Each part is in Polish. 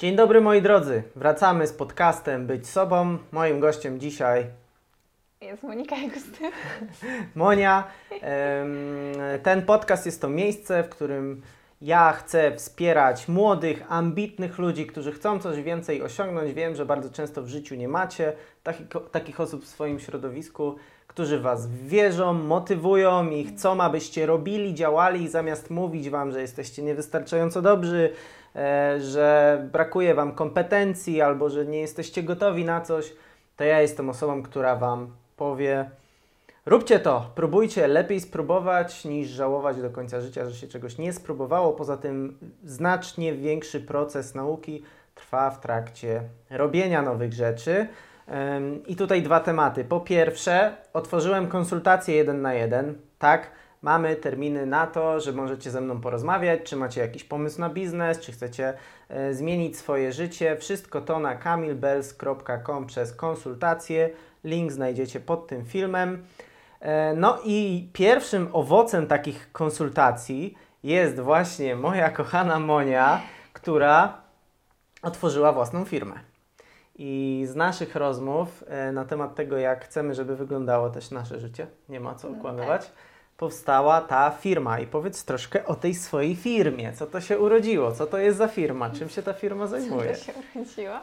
Dzień dobry moi drodzy, wracamy z podcastem Być Sobą. Moim gościem dzisiaj jest Monika Justyna. Monia. Ten podcast jest to miejsce, w którym ja chcę wspierać młodych, ambitnych ludzi, którzy chcą coś więcej osiągnąć. Wiem, że bardzo często w życiu nie macie takich osób w swoim środowisku, którzy Was wierzą, motywują i chcą, abyście robili, działali, zamiast mówić Wam, że jesteście niewystarczająco dobrzy, że brakuje Wam kompetencji albo że nie jesteście gotowi na coś, to ja jestem osobą, która Wam powie: róbcie to, próbujcie, lepiej spróbować niż żałować do końca życia, że się czegoś nie spróbowało. Poza tym znacznie większy proces nauki trwa w trakcie robienia nowych rzeczy. I tutaj dwa tematy. Po pierwsze, otworzyłem konsultacje 1 na 1. Tak, mamy terminy na to, że możecie ze mną porozmawiać, czy macie jakiś pomysł na biznes, czy chcecie zmienić swoje życie. Wszystko to na kamilbels.com przez konsultacje. Link znajdziecie pod tym filmem. No i pierwszym owocem takich konsultacji jest właśnie moja kochana Monia, która otworzyła własną firmę. I z naszych rozmów na temat tego, jak chcemy, żeby wyglądało też nasze życie, nie ma co okłamywać, powstała ta firma. I powiedz troszkę o tej swojej firmie. Co to się urodziło? Co to jest za firma? Czym się ta firma zajmuje? Co to się urodziło?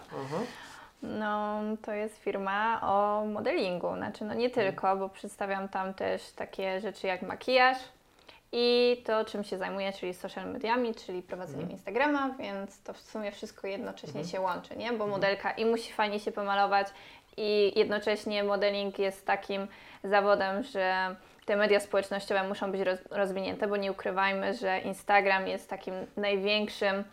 No, to jest firma o modelingu. Znaczy, no nie tylko, bo przedstawiam tam też takie rzeczy jak makijaż i to, czym się zajmuję, czyli social mediami, czyli prowadzeniem Instagrama, więc to w sumie wszystko jednocześnie się łączy, nie? Bo modelka i musi fajnie się pomalować i jednocześnie modeling jest takim zawodem, że te media społecznościowe muszą być rozwinięte, bo nie ukrywajmy, że Instagram jest takim największym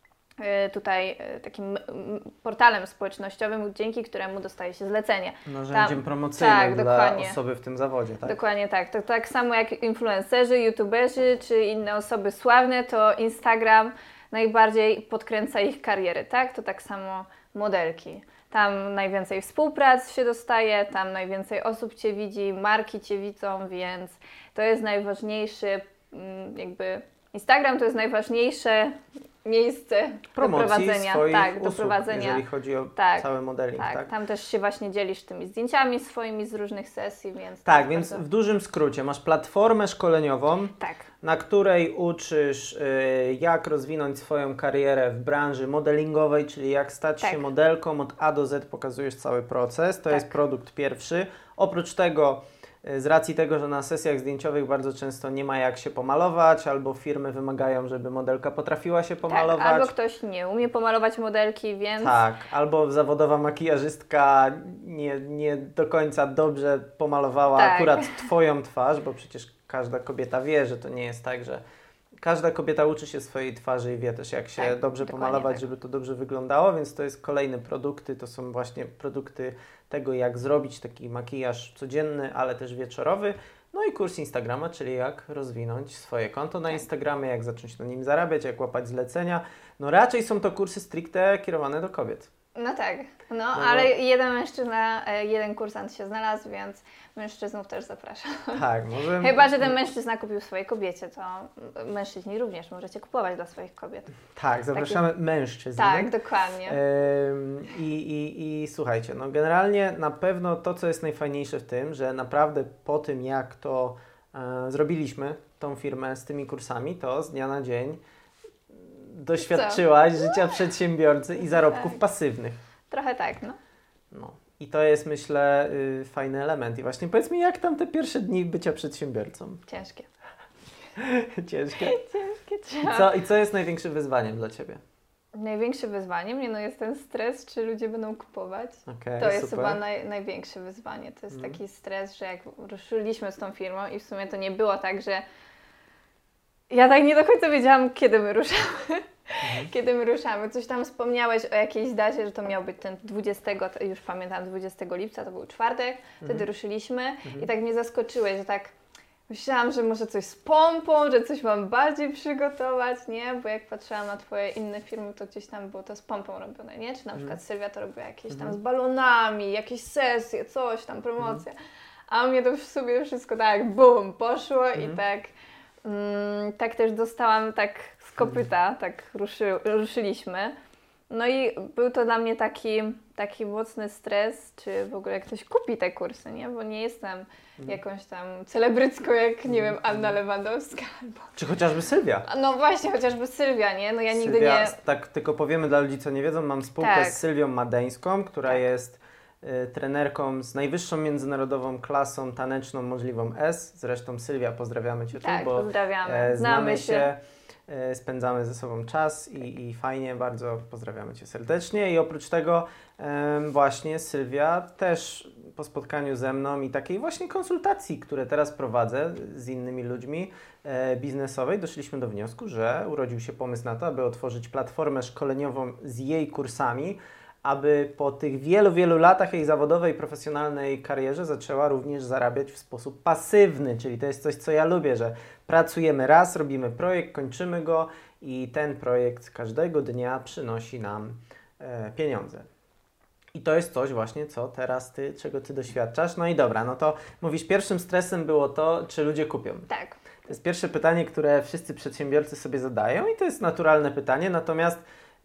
takim portalem społecznościowym, dzięki któremu dostaje się zlecenie. Narzędziem promocyjnym dla dokładnie. Osoby w tym zawodzie, tak? Dokładnie tak. To tak samo jak influencerzy, youtuberzy czy inne osoby sławne, to Instagram najbardziej podkręca ich kariery, tak? To tak samo modelki. Tam najwięcej współprac się dostaje, tam najwięcej osób Cię widzi, marki Cię widzą, więc to jest najważniejszy, jakby Instagram to jest najważniejsze miejsce promocji do prowadzenia, swoich do usług, prowadzenia, jeżeli chodzi o cały modeling. Tak, tam też się właśnie dzielisz tymi zdjęciami swoimi z różnych sesji, więc... Tak, więc w dużym skrócie masz platformę szkoleniową, na której uczysz, jak rozwinąć swoją karierę w branży modelingowej, czyli jak stać się modelką, od A do Z pokazujesz cały proces, to jest produkt pierwszy. Oprócz tego, z racji tego, że na sesjach zdjęciowych bardzo często nie ma jak się pomalować, albo firmy wymagają, żeby modelka potrafiła się pomalować. Tak, albo ktoś nie umie pomalować modelki, więc... Tak, albo zawodowa makijażystka nie do końca dobrze pomalowała akurat Twoją twarz, bo przecież każda kobieta wie, że to nie jest tak, że każda kobieta uczy się swojej twarzy i wie też, jak się dobrze pomalować, żeby to dobrze wyglądało, więc to jest kolejne produkty, to są właśnie produkty tego, jak zrobić taki makijaż codzienny, ale też wieczorowy. No i kurs Instagrama, czyli jak rozwinąć swoje konto na Instagramie, jak zacząć na nim zarabiać, jak łapać zlecenia. No raczej są to kursy stricte kierowane do kobiet. No tak, ale jeden kursant się znalazł, więc mężczyznów też zapraszam. Tak, może... Chyba że ten mężczyzna kupił swojej kobiecie, to mężczyźni również możecie kupować dla swoich kobiet. Tak, zapraszamy mężczyzn. Tak, dokładnie. I słuchajcie, no generalnie na pewno to, co jest najfajniejsze w tym, że naprawdę po tym, jak to zrobiliśmy, tą firmę z tymi kursami, to z dnia na dzień doświadczyłaś życia przedsiębiorcy i zarobków pasywnych. Trochę tak, no. I to jest, myślę, fajny element. I właśnie powiedz mi, jak tam te pierwsze dni bycia przedsiębiorcą? Ciężkie. Ciężkie? Ciężkie. I co jest największym wyzwaniem dla Ciebie? Największym wyzwaniem jest ten stres, czy ludzie będą kupować. To jest chyba największe wyzwanie. To jest taki stres, że jak ruszyliśmy z tą firmą i w sumie to nie było tak, że ja tak nie do końca wiedziałam, kiedy my ruszamy. Kiedy my ruszamy. Coś tam wspomniałeś o jakiejś dacie, że to miał być ten 20, już pamiętam, 20 lipca, to był czwartek, wtedy ruszyliśmy i tak mnie zaskoczyłeś, że tak myślałam, że może coś z pompą, że coś mam bardziej przygotować, nie? Bo jak patrzyłam na Twoje inne firmy, to gdzieś tam było to z pompą robione, nie? Czy na przykład Sylwia to robiła jakieś tam z balonami, jakieś sesje, coś tam, promocje. A u mnie to w sobie wszystko tak bum, poszło i tak też dostałam tak z kopyta, tak ruszyliśmy. No i był to dla mnie taki mocny stres, czy w ogóle jak ktoś kupi te kursy, nie? Bo nie jestem jakąś tam celebrycką, jak nie wiem, Anna Lewandowska. Albo... Czy chociażby Sylwia. No właśnie, chociażby Sylwia, nie? No ja Sylwia, nigdy nie... Tak tylko powiemy dla ludzi, co nie wiedzą, mam spółkę z Sylwią Madeńską, która jest trenerką z najwyższą międzynarodową klasą taneczną możliwą S. Zresztą Sylwia, pozdrawiamy Cię tu, bo pozdrawiamy. Znamy się. Spędzamy ze sobą czas i fajnie, bardzo pozdrawiamy Cię serdecznie. I oprócz tego właśnie Sylwia też po spotkaniu ze mną i takiej właśnie konsultacji, które teraz prowadzę z innymi ludźmi biznesowej, doszliśmy do wniosku, że urodził się pomysł na to, aby otworzyć platformę szkoleniową z jej kursami, aby po tych wielu, wielu latach jej zawodowej, profesjonalnej karierze zaczęła również zarabiać w sposób pasywny, czyli to jest coś, co ja lubię, że pracujemy raz, robimy projekt, kończymy go i ten projekt każdego dnia przynosi nam pieniądze. I to jest coś właśnie, co teraz czego Ty doświadczasz. No i dobra, no to mówisz, pierwszym stresem było to, czy ludzie kupią. Tak. To jest pierwsze pytanie, które wszyscy przedsiębiorcy sobie zadają i to jest naturalne pytanie, natomiast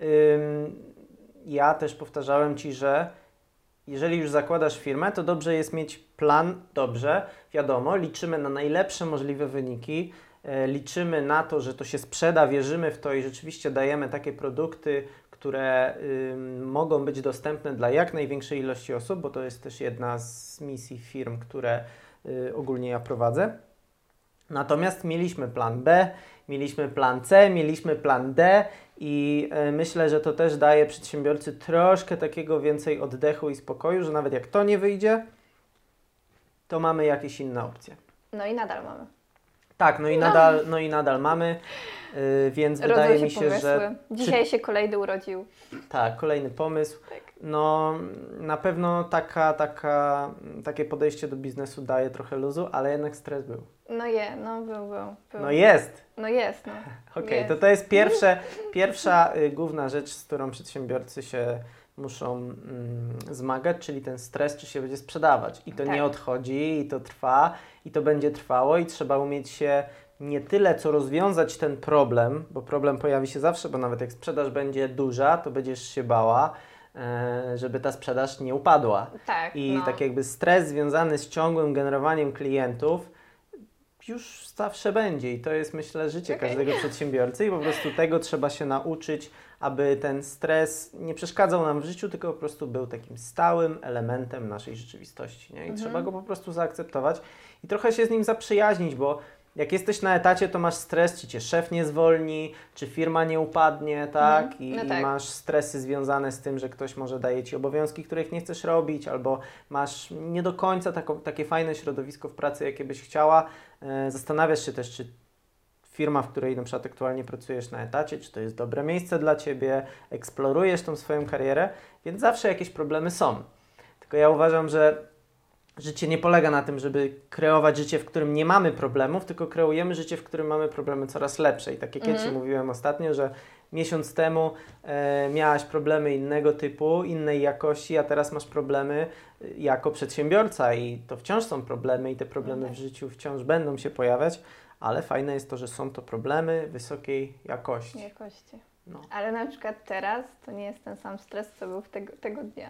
ja też powtarzałem Ci, że jeżeli już zakładasz firmę, to dobrze jest mieć plan, wiadomo, liczymy na najlepsze możliwe wyniki, liczymy na to, że to się sprzeda, wierzymy w to i rzeczywiście dajemy takie produkty, które mogą być dostępne dla jak największej ilości osób, bo to jest też jedna z misji firm, które ogólnie ja prowadzę. Natomiast mieliśmy plan B, mieliśmy plan C, mieliśmy plan D i myślę, że to też daje przedsiębiorcy troszkę takiego więcej oddechu i spokoju, że nawet jak to nie wyjdzie, to mamy jakieś inne opcje. No i nadal mamy. Tak, no i nadal mamy, więc Rodzą wydaje się mi się, pomysły. że... Dzisiaj się kolejny urodził. Tak, kolejny pomysł. Tak. No na pewno takie podejście do biznesu daje trochę luzu, ale jednak stres był. Był. No jest! No jest, no. Okej, to jest pierwsza główna rzecz, z którą przedsiębiorcy się muszą zmagać, czyli ten stres, czy się będzie sprzedawać. I to nie odchodzi, i to trwa, i to będzie trwało i trzeba umieć się nie tyle co rozwiązać ten problem, bo problem pojawi się zawsze, bo nawet jak sprzedaż będzie duża, to będziesz się bała, żeby ta sprzedaż nie upadła. Tak, I tak jakby stres związany z ciągłym generowaniem klientów już zawsze będzie i to jest, myślę, życie każdego przedsiębiorcy i po prostu tego trzeba się nauczyć, aby ten stres nie przeszkadzał nam w życiu, tylko po prostu był takim stałym elementem naszej rzeczywistości, nie? I trzeba go po prostu zaakceptować i trochę się z nim zaprzyjaźnić, bo jak jesteś na etacie, to masz stres, czy Cię szef nie zwolni, czy firma nie upadnie, tak? I masz stresy związane z tym, że ktoś może daje Ci obowiązki, których nie chcesz robić, albo masz nie do końca takie fajne środowisko w pracy, jakie byś chciała. Zastanawiasz się też, czy firma, w której na przykład aktualnie pracujesz na etacie, czy to jest dobre miejsce dla Ciebie, eksplorujesz tą swoją karierę, więc zawsze jakieś problemy są. Tylko ja uważam, że życie nie polega na tym, żeby kreować życie, w którym nie mamy problemów, tylko kreujemy życie, w którym mamy problemy coraz lepsze. I tak jak ja Ci mówiłem ostatnio, że miesiąc temu miałaś problemy innego typu, innej jakości, a teraz masz problemy jako przedsiębiorca i to wciąż są problemy i te problemy w życiu wciąż będą się pojawiać, ale fajne jest to, że są to problemy wysokiej jakości. No. Ale na przykład teraz to nie jest ten sam stres, co był tego dnia.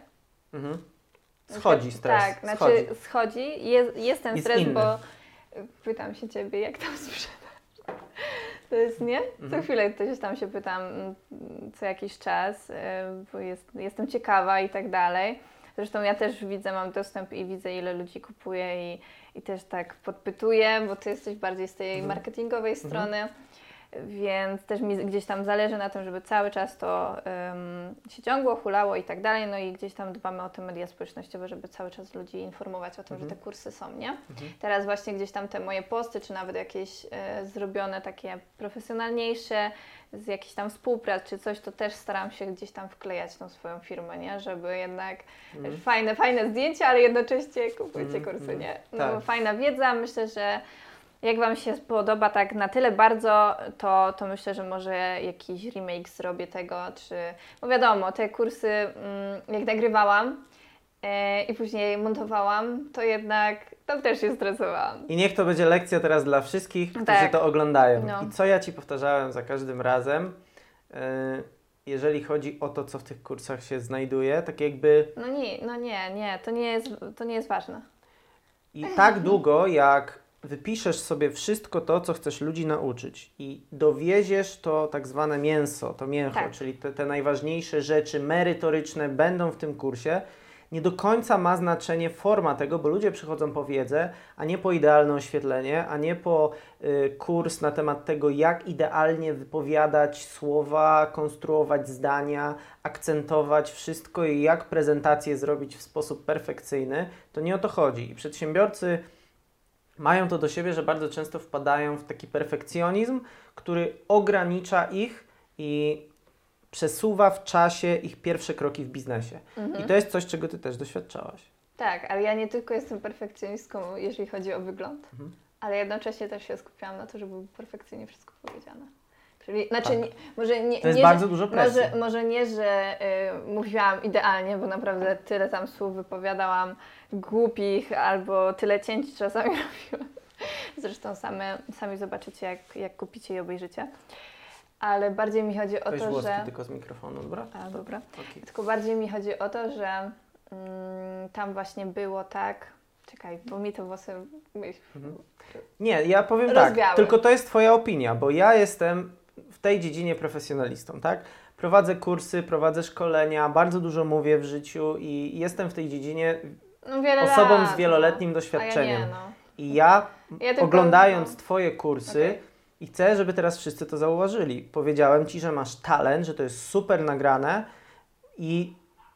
Schodzi stres. Tak, schodzi. Jest ten stres, bo pytam się Ciebie, jak tam sprzedaż. To jest, nie? Co chwilę coś tam się pytam, co jakiś czas, bo jestem ciekawa i tak dalej. Zresztą ja też widzę, mam dostęp i widzę, ile ludzi kupuje i też tak podpytuję, bo Ty jesteś bardziej z tej marketingowej strony. Więc też mi gdzieś tam zależy na tym, żeby cały czas to się ciągło, hulało i tak dalej, no i gdzieś tam dbamy o te media społecznościowe, żeby cały czas ludzi informować o tym, że te kursy są, nie? Teraz właśnie gdzieś tam te moje posty, czy nawet jakieś zrobione takie profesjonalniejsze, z jakichś tam współprac, czy coś, to też staram się gdzieś tam wklejać tą swoją firmę, nie? Żeby jednak fajne zdjęcia, ale jednocześnie kupujcie kursy, nie? No tak. Fajna wiedza, myślę, że jak Wam się podoba tak na tyle bardzo, to myślę, że może jakiś remake zrobię tego, bo wiadomo, te kursy jak nagrywałam i później montowałam, to jednak tam też się stresowałam. I niech to będzie lekcja teraz dla wszystkich, którzy to oglądają. No. I co ja Ci powtarzałem za każdym razem, jeżeli chodzi o to, co w tych kursach się znajduje, tak jakby... Nie, to nie jest ważne. I tak długo, jak wypiszesz sobie wszystko to, co chcesz ludzi nauczyć i dowieziesz to tak zwane mięso, to mięcho, tak. Czyli te najważniejsze rzeczy merytoryczne będą w tym kursie, nie do końca ma znaczenie forma tego, bo ludzie przychodzą po wiedzę, a nie po idealne oświetlenie, a nie po kurs na temat tego, jak idealnie wypowiadać słowa, konstruować zdania, akcentować wszystko i jak prezentację zrobić w sposób perfekcyjny. To nie o to chodzi. I przedsiębiorcy mają to do siebie, że bardzo często wpadają w taki perfekcjonizm, który ogranicza ich i przesuwa w czasie ich pierwsze kroki w biznesie. I to jest coś, czego Ty też doświadczałaś. Tak, ale ja nie tylko jestem perfekcjonistką, jeżeli chodzi o wygląd, ale jednocześnie też się skupiałam na to, żeby było perfekcyjnie wszystko powiedziane. Czyli, znaczy, tak. To jest bardzo dużo presji. Może nie, że mówiłam idealnie, bo naprawdę tyle tam słów wypowiadałam głupich, albo tyle cięć czasami robiłam. Zresztą sami zobaczycie, jak kupicie i obejrzycie. Ale bardziej mi chodzi o to, że... tylko z mikrofonu, dobra? A, dobra. Okay. Tylko bardziej mi chodzi o to, że tam właśnie było tak... Czekaj, bo mi to włosy... Nie, ja powiem tak, tylko to jest Twoja opinia, bo ja jestem w tej dziedzinie profesjonalistą, tak? Prowadzę kursy, prowadzę szkolenia, bardzo dużo mówię w życiu i jestem w tej dziedzinie osobą z wieloletnim doświadczeniem. I ja oglądając Twoje kursy i chcę, żeby teraz wszyscy to zauważyli. Powiedziałem Ci, że masz talent, że to jest super nagrane i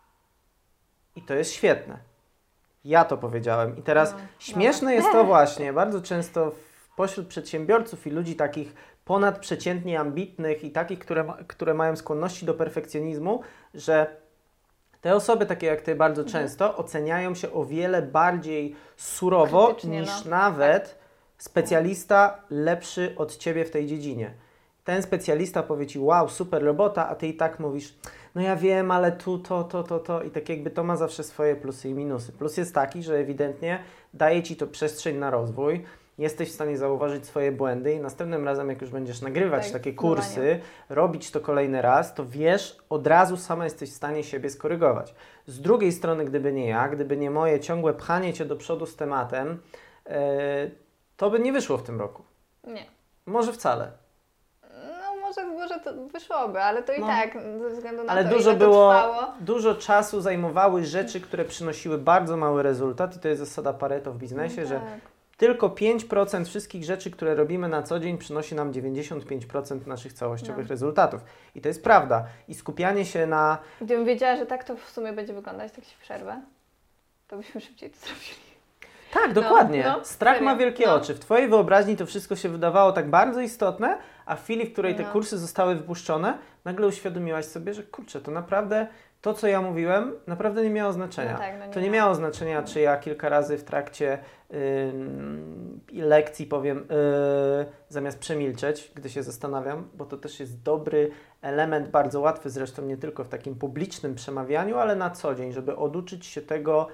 to jest świetne. Ja to powiedziałem. I teraz śmieszne jest to właśnie, bardzo często pośród przedsiębiorców i ludzi takich ponadprzeciętnie ambitnych i takich, które mają skłonności do perfekcjonizmu, że te osoby takie jak Ty bardzo często oceniają się o wiele bardziej surowo niż nawet specjalista lepszy od Ciebie w tej dziedzinie. Ten specjalista powie Ci, wow, super robota, a Ty i tak mówisz, no ja wiem, ale tu to i tak jakby to ma zawsze swoje plusy i minusy. Plus jest taki, że ewidentnie daje Ci to przestrzeń na rozwój, jesteś w stanie zauważyć swoje błędy i następnym razem, jak już będziesz nagrywać takie kursy, robić to kolejny raz, to wiesz, od razu sama jesteś w stanie siebie skorygować. Z drugiej strony, gdyby nie ja, gdyby nie moje ciągłe pchanie Cię do przodu z tematem, to by nie wyszło w tym roku. Nie. Może wcale. Może to wyszłoby, ale to i tak, ze względu na ale to, ile to trwało. Dużo czasu zajmowały rzeczy, które przynosiły bardzo mały rezultat i to jest zasada Pareto w biznesie, że tylko 5% wszystkich rzeczy, które robimy na co dzień przynosi nam 95% naszych całościowych rezultatów. I to jest prawda. I skupianie się na... Gdybym wiedziała, że tak to w sumie będzie wyglądać, tak się przerwę, to byśmy szybciej to zrobili. Tak, dokładnie. Strach ma wielkie oczy. W Twojej wyobraźni to wszystko się wydawało tak bardzo istotne, a w chwili, w której te kursy zostały wypuszczone, nagle uświadomiłaś sobie, że kurczę, to naprawdę to, co ja mówiłem, naprawdę nie miało znaczenia. To nie miało znaczenia, czy ja kilka razy w trakcie lekcji powiem zamiast przemilczeć, gdy się zastanawiam, bo to też jest dobry element, bardzo łatwy zresztą nie tylko w takim publicznym przemawianiu, ale na co dzień, żeby oduczyć się tego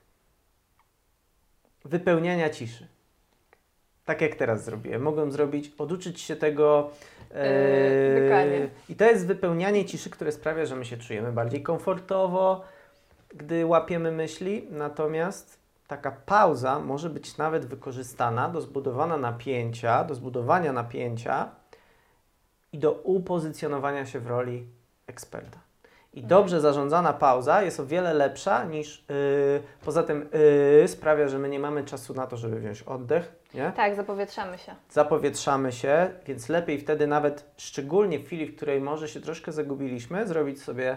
wypełniania ciszy. Tak jak teraz zrobiłem. Mogłem zrobić, oduczyć się tego i to jest wypełnianie ciszy, które sprawia, że my się czujemy bardziej komfortowo, gdy łapiemy myśli, natomiast taka pauza może być nawet wykorzystana do zbudowania napięcia i do upozycjonowania się w roli eksperta. I dobrze zarządzana pauza jest o wiele lepsza niż poza tym sprawia, że my nie mamy czasu na to, żeby wziąć oddech. Nie? Tak, zapowietrzamy się, więc lepiej wtedy nawet, szczególnie w chwili, w której może się troszkę zagubiliśmy, zrobić sobie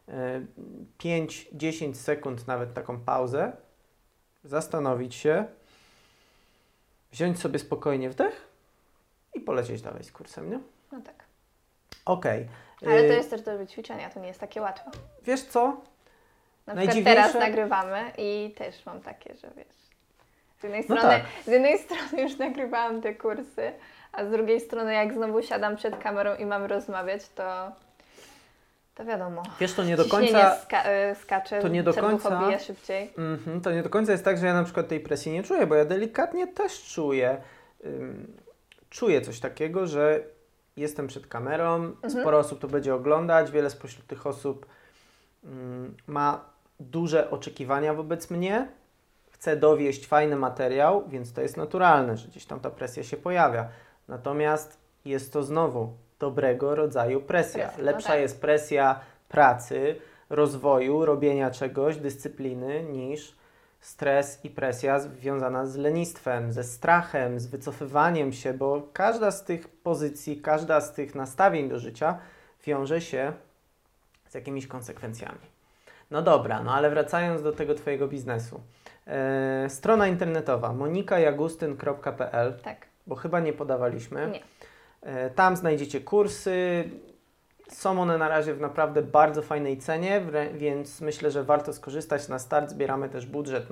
5-10 sekund nawet taką pauzę, zastanowić się, wziąć sobie spokojnie wdech i polecieć dalej z kursem, nie? No tak. Okej. Ale to jest też do ćwiczenia, to nie jest takie łatwe. Wiesz co? Na przykład teraz nagrywamy i też mam takie, że wiesz, z jednej strony już nagrywałam te kursy, a z drugiej strony jak znowu siadam przed kamerą i mam rozmawiać, to wiadomo. Wiesz, to nie do końca skacze, serducho bije szybciej. To nie do końca jest tak, że ja na przykład tej presji nie czuję, bo ja delikatnie też czuję coś takiego, że jestem przed kamerą, sporo osób to będzie oglądać, wiele spośród tych osób ma duże oczekiwania wobec mnie, chce dowieść fajny materiał, więc to jest naturalne, że gdzieś tam ta presja się pojawia. Natomiast jest to znowu dobrego rodzaju presja. Lepsza jest presja pracy, rozwoju, robienia czegoś, dyscypliny, niż stres i presja związana z lenistwem, ze strachem, z wycofywaniem się, bo każda z tych pozycji, każda z tych nastawień do życia wiąże się z jakimiś konsekwencjami. No dobra, no ale wracając do tego Twojego biznesu. Strona internetowa monikajagustyn.pl, tak. Bo chyba nie podawaliśmy. Nie. Tam znajdziecie kursy. Są one na razie w naprawdę bardzo fajnej cenie, więc myślę, że warto skorzystać. Na start zbieramy też budżet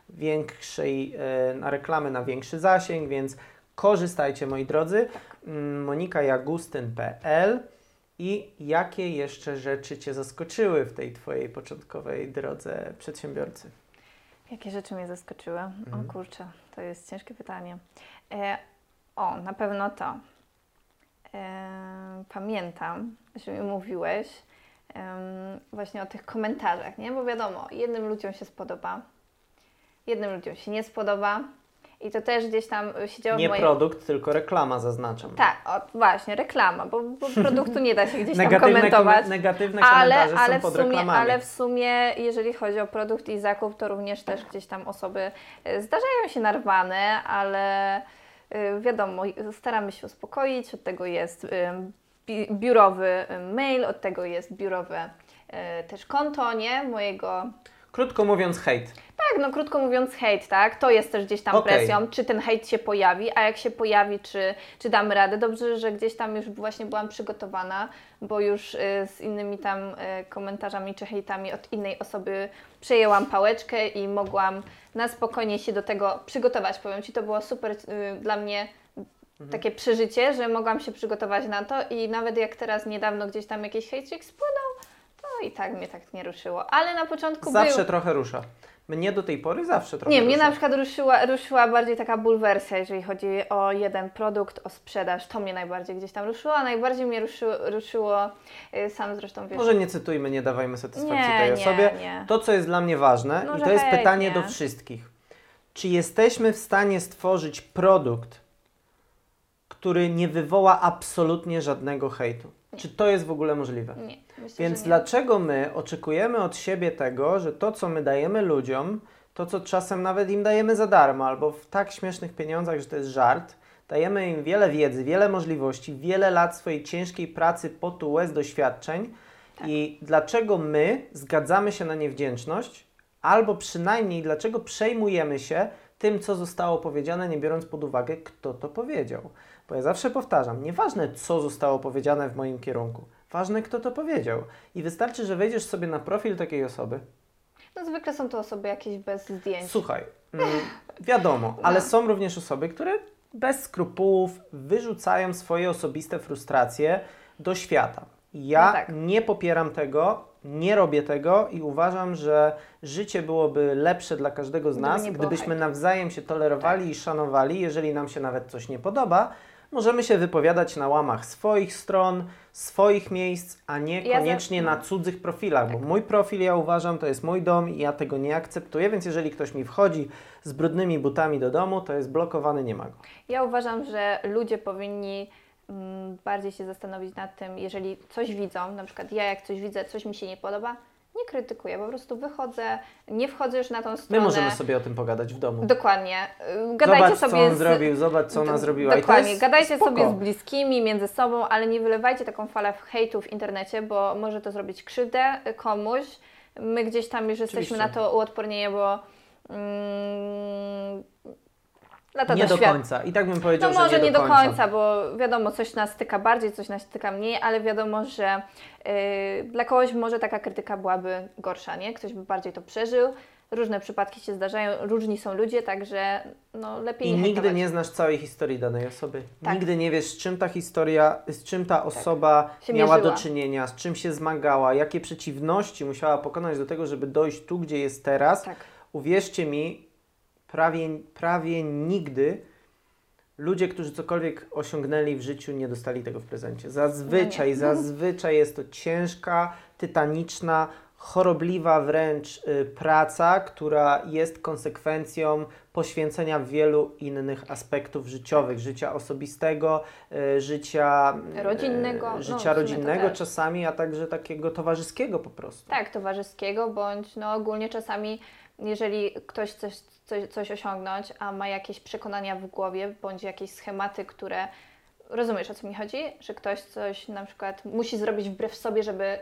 na reklamy, na większy zasięg, więc korzystajcie, moi drodzy. monikajagustyn.pl. I jakie jeszcze rzeczy Cię zaskoczyły w tej Twojej początkowej drodze przedsiębiorcy? Jakie rzeczy mnie zaskoczyły? O kurczę, to jest ciężkie pytanie. Na pewno to. Pamiętam, że mi mówiłeś właśnie o tych komentarzach, nie? Bo wiadomo, jednym ludziom się spodoba, jednym ludziom się nie spodoba i to też gdzieś tam siedziało w produkt, tylko reklama, zaznaczam. Tak, właśnie, reklama, bo produktu nie da się gdzieś tam komentować. Negatywne komentarze są pod reklamami. Ale w sumie, jeżeli chodzi o produkt i zakup, to również też gdzieś tam osoby zdarzają się narwane, ale wiadomo, staramy się uspokoić, od tego jest biurowy mail, od tego jest biurowe też konto, nie? Mojego... Krótko mówiąc hejt. Tak, no krótko mówiąc hejt, tak? To jest też gdzieś tam presją, czy ten hejt się pojawi, a jak się pojawi, czy damy radę. Dobrze, że gdzieś tam już właśnie byłam przygotowana, bo już z innymi tam komentarzami czy hejtami od innej osoby przejęłam pałeczkę i mogłam na spokojnie się do tego przygotować. Powiem Ci, to było super dla mnie takie przeżycie, że mogłam się przygotować na to i nawet jak teraz niedawno gdzieś tam jakiś hejcik spłynął, to i tak mnie tak nie ruszyło. Ale na początku zawsze trochę rusza. Mnie do tej pory zawsze trochę Nie, mnie na przykład ruszyła bardziej taka bulwersja, jeżeli chodzi o jeden produkt, o sprzedaż. To mnie najbardziej gdzieś tam ruszyło, a najbardziej mnie ruszyło sam zresztą wiesz. Może nie cytujmy, nie dawajmy satysfakcji tej osobie. Nie. To, co jest dla mnie ważne i to jest pytanie do wszystkich. Czy jesteśmy w stanie stworzyć produkt, który nie wywoła absolutnie żadnego hejtu? Nie. Czy to jest w ogóle możliwe? Nie. Myślę, Więc dlaczego my oczekujemy od siebie tego, że to, co my dajemy ludziom, to, co czasem nawet im dajemy za darmo, albo w tak śmiesznych pieniądzach, że to jest żart, dajemy im wiele wiedzy, wiele możliwości, wiele lat swojej ciężkiej pracy, potu, łez, doświadczeń i dlaczego my zgadzamy się na niewdzięczność, albo przynajmniej dlaczego przejmujemy się tym, co zostało powiedziane, nie biorąc pod uwagę, kto to powiedział. Bo ja zawsze powtarzam, nieważne co zostało powiedziane w moim kierunku, ważne kto to powiedział. I wystarczy, że wejdziesz sobie na profil takiej osoby. No zwykle są to osoby jakieś bez zdjęć. Słuchaj, wiadomo, ale są również osoby, które bez skrupułów wyrzucają swoje osobiste frustracje do świata. Ja nie popieram tego, nie robię tego i uważam, że życie byłoby lepsze dla każdego z nas, gdybyśmy nawzajem się tolerowali i szanowali. Jeżeli nam się nawet coś nie podoba, możemy się wypowiadać na łamach swoich stron, swoich miejsc, a nie koniecznie na cudzych profilach, bo mój profil, ja uważam, to jest mój dom i ja tego nie akceptuję, więc jeżeli ktoś mi wchodzi z brudnymi butami do domu, to jest blokowany, nie ma go. Ja uważam, że ludzie powinni bardziej się zastanowić nad tym, jeżeli coś widzą, na przykład ja jak coś widzę, coś mi się nie podoba, nie krytykuję, po prostu wychodzę, nie wchodzę już na tą stronę. My możemy sobie o tym pogadać w domu. Dokładnie. Gadajcie zobacz, sobie co on zrobił, zobacz, co ona zrobiła. Dokładnie. Gadajcie sobie z bliskimi, między sobą, ale nie wylewajcie taką falę hejtu w internecie, bo może to zrobić krzywdę komuś. My gdzieś tam już jesteśmy na to uodpornieni, bo nie do końca. I tak bym powiedział, no może że nie do końca, bo wiadomo, coś nas styka bardziej, coś nas styka mniej, ale wiadomo, że dla kogoś może taka krytyka byłaby gorsza, nie? Ktoś by bardziej to przeżył. Różne przypadki się zdarzają, różni są ludzie, także no, lepiej nie hejtować. Nigdy nie znasz całej historii danej osoby. Tak. Nigdy nie wiesz, z czym ta historia, z czym ta osoba miała do czynienia, z czym się zmagała, jakie przeciwności musiała pokonać do tego, żeby dojść tu, gdzie jest teraz. Tak. Uwierzcie mi, prawie nigdy ludzie, którzy cokolwiek osiągnęli w życiu, nie dostali tego w prezencie. Zazwyczaj jest to ciężka, tytaniczna, chorobliwa wręcz praca, która jest konsekwencją poświęcenia wielu innych aspektów życiowych, życia osobistego, życia rodzinnego czasami, a także takiego towarzyskiego po prostu. Tak, towarzyskiego, bądź ogólnie czasami, jeżeli ktoś coś osiągnąć, a ma jakieś przekonania w głowie, bądź jakieś schematy, które... Rozumiesz, o co mi chodzi? Że ktoś coś na przykład musi zrobić wbrew sobie, żeby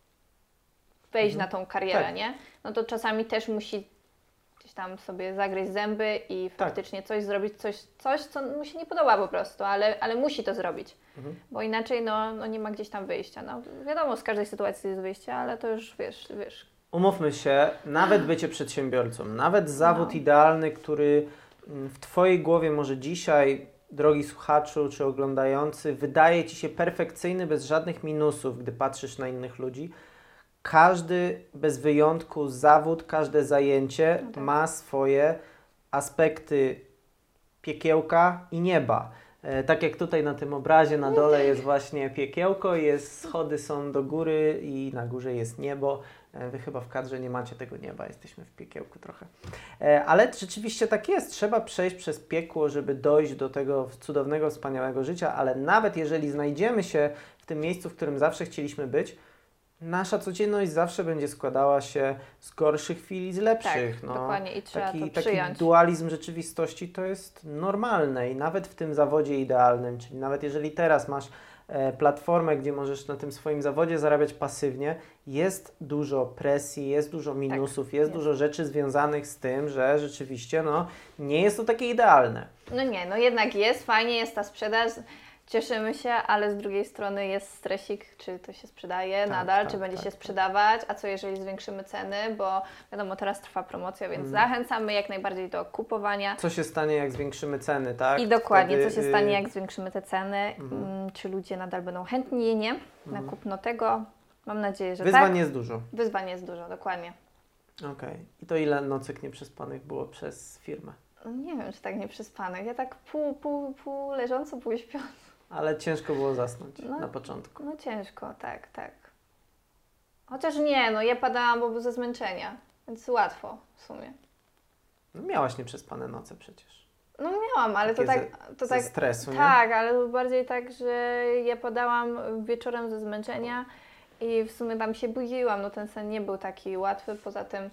wejść na tą karierę, tak. Nie? No to czasami też musi gdzieś tam sobie zagryźć zęby i faktycznie coś zrobić, coś, co mu się nie podoba po prostu, ale musi to zrobić, bo inaczej nie ma gdzieś tam wyjścia. No, wiadomo, z każdej sytuacji jest wyjście, ale to już wiesz. Umówmy się, nawet bycie przedsiębiorcą, nawet zawód idealny, który w Twojej głowie może dzisiaj, drogi słuchaczu czy oglądający, wydaje Ci się perfekcyjny, bez żadnych minusów, gdy patrzysz na innych ludzi. Każdy, bez wyjątku, zawód, każde zajęcie ma swoje aspekty piekiełka i nieba. Tak jak tutaj na tym obrazie na dole jest właśnie piekiełko, schody są do góry i na górze jest niebo. Wy chyba w kadrze nie macie tego nieba, jesteśmy w piekiełku trochę. Ale rzeczywiście tak jest, trzeba przejść przez piekło, żeby dojść do tego cudownego, wspaniałego życia, ale nawet jeżeli znajdziemy się w tym miejscu, w którym zawsze chcieliśmy być, nasza codzienność zawsze będzie składała się z gorszych chwil i z lepszych. Tak, dokładnie i trzeba to przyjąć. Taki dualizm rzeczywistości to jest normalne i nawet w tym zawodzie idealnym, czyli nawet jeżeli teraz masz platformę, gdzie możesz na tym swoim zawodzie zarabiać pasywnie, jest dużo presji, jest dużo minusów, jest dużo rzeczy związanych z tym, że rzeczywiście nie jest to takie idealne. Jednak jest, fajnie jest ta sprzedaż, cieszymy się, ale z drugiej strony jest stresik, czy to się sprzedaje nadal, czy będzie się sprzedawać, a co jeżeli zwiększymy ceny, bo wiadomo, teraz trwa promocja, więc zachęcamy jak najbardziej do kupowania. Co się stanie, jak zwiększymy ceny, tak? I dokładnie, co się stanie, jak zwiększymy te ceny, czy ludzie nadal będą chętni, nie? Na kupno tego, mam nadzieję, że Wyzwań jest dużo. Wyzwań jest dużo, dokładnie. Okej. I to ile nocek nieprzespanych było przez firmę? Nie wiem, czy tak nieprzespanych. Ja tak pół leżąco, pół śpiąco. Ale ciężko było zasnąć na początku. Ciężko, tak. Chociaż ja padałam bo ze zmęczenia, więc łatwo w sumie. Miałaś nieprzespane noce przecież. Miałam, ale to tak stresu, nie? Tak, ale to bardziej tak, że ja padałam wieczorem ze zmęczenia i w sumie tam się budziłam. Ten sen nie był taki łatwy, poza tym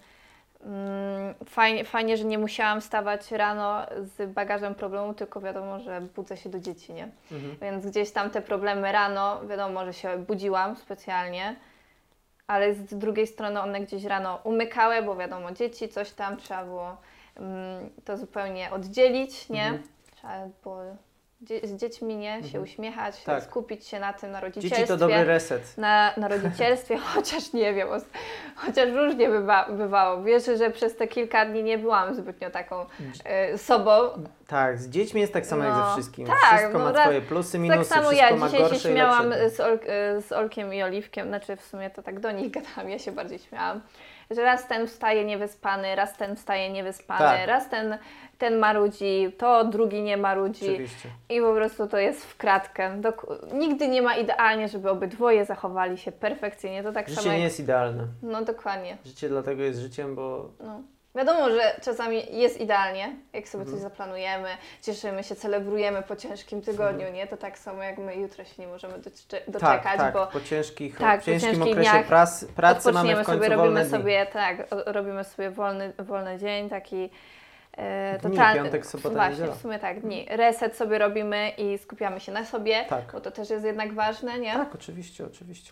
fajnie, że nie musiałam wstawać rano z bagażem problemu, tylko wiadomo, że budzę się do dzieci, nie? Więc gdzieś tam te problemy rano, wiadomo, że się budziłam specjalnie, ale z drugiej strony one gdzieś rano umykały, bo wiadomo, dzieci, coś tam, trzeba było to zupełnie oddzielić, nie? Trzeba było z dziećmi, nie? Się uśmiechać, skupić się na tym, na rodzicielstwie. Dzieci to dobry reset. Na rodzicielstwie, chociaż nie wiem, chociaż różnie bywało. Wiesz, że przez te kilka dni nie byłam zbytnio taką sobą. Tak, z dziećmi jest tak samo jak ze wszystkim. Wszystko ma swoje plusy, minusy, tak samo wszystko ja ma dzisiaj gorsze się śmiałam z Olkiem i Oliwkiem, znaczy w sumie to tak do nich gadałam, ja się bardziej śmiałam, że raz ten wstaje niewyspany, raz ten wstaje niewyspany, raz ten marudzi, to drugi nie marudzi. Oczywiście. I po prostu to jest w kratkę. Nigdy nie ma idealnie, żeby obydwoje zachowali się perfekcyjnie. To tak Życie samo nie jest idealne. Dokładnie. Życie dlatego jest życiem, bo... Wiadomo, że czasami jest idealnie, jak sobie coś zaplanujemy, cieszymy się, celebrujemy po ciężkim tygodniu, nie? To tak samo jak my jutro się nie możemy doczekać, bo po ciężkim okresie dniach pracy mamy w końcu wolne dni. Robimy sobie wolny dzień, taki piątek, sobota, niedziela. W sumie dni. Reset sobie robimy i skupiamy się na sobie, bo to też jest jednak ważne, nie? Tak, oczywiście.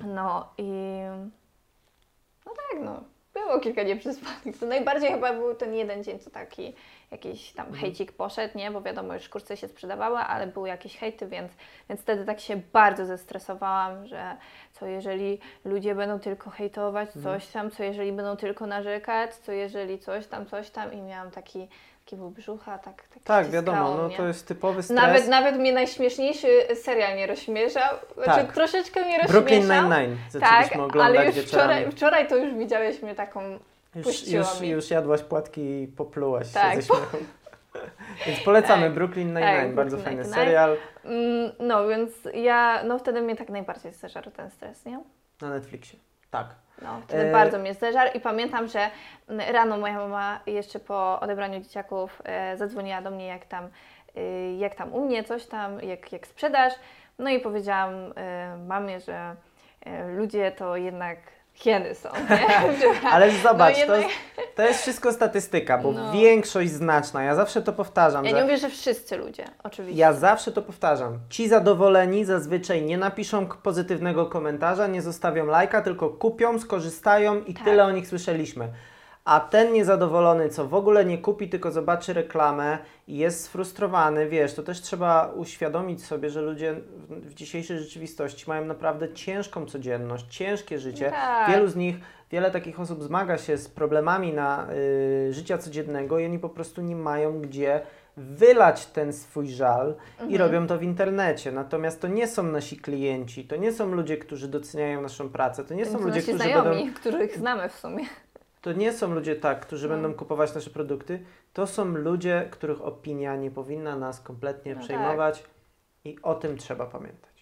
Było kilka nieprzespanych. To najbardziej chyba był ten jeden dzień, co taki jakiś tam hejcik poszedł, nie? Bo wiadomo, już kursy się sprzedawały, ale były jakieś hejty, więc wtedy tak się bardzo zestresowałam, że co jeżeli ludzie będą tylko hejtować coś tam, co jeżeli będą tylko narzekać, co jeżeli coś tam i miałam taki ból brzucha, tak, wiadomo, to jest typowy stres. Nawet mnie najśmieszniejszy serial nie rozśmieszał, troszeczkę mnie rozśmieszał. Brooklyn Nine-Nine zaczęliśmy oglądać ale już wczoraj to już widziałeś mnie taką puściła już jadłaś płatki i poplułaś się ze śmiechu. Więc polecamy Brooklyn Nine-Nine, bardzo fajny serial. No więc wtedy mnie tak najbardziej zderzał ten stres, nie? Na Netflixie, tak. No, wtedy bardzo mnie zderzał i pamiętam, że rano moja mama jeszcze po odebraniu dzieciaków zadzwoniła do mnie, jak tam u mnie, coś tam, jak sprzedaż. No i powiedziałam mamie, że ludzie to jednak hieny są. Nie? Ale zobacz, to jest wszystko statystyka, bo większość znaczna, ja zawsze to powtarzam. Ja nie mówię, że wszyscy ludzie, oczywiście. Ja zawsze to powtarzam. Ci zadowoleni zazwyczaj nie napiszą pozytywnego komentarza, nie zostawią lajka, tylko kupią, skorzystają i tyle o nich słyszeliśmy. A ten niezadowolony, co w ogóle nie kupi, tylko zobaczy reklamę i jest sfrustrowany, wiesz, to też trzeba uświadomić sobie, że ludzie w dzisiejszej rzeczywistości mają naprawdę ciężką codzienność, ciężkie życie. Tak. Wiele takich osób zmaga się z problemami życia codziennego i oni po prostu nie mają gdzie wylać ten swój żal i robią to w internecie. Natomiast to nie są nasi klienci, to nie są ludzie, którzy doceniają naszą pracę, to nie są ludzie, którzy znajomi, których znamy w sumie. To nie są ludzie którzy będą kupować nasze produkty, to są ludzie, których opinia nie powinna nas kompletnie przejmować i o tym trzeba pamiętać.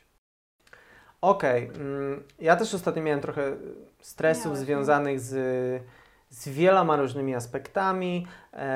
Ja też ostatnio miałem trochę stresów związanych z wieloma różnymi aspektami.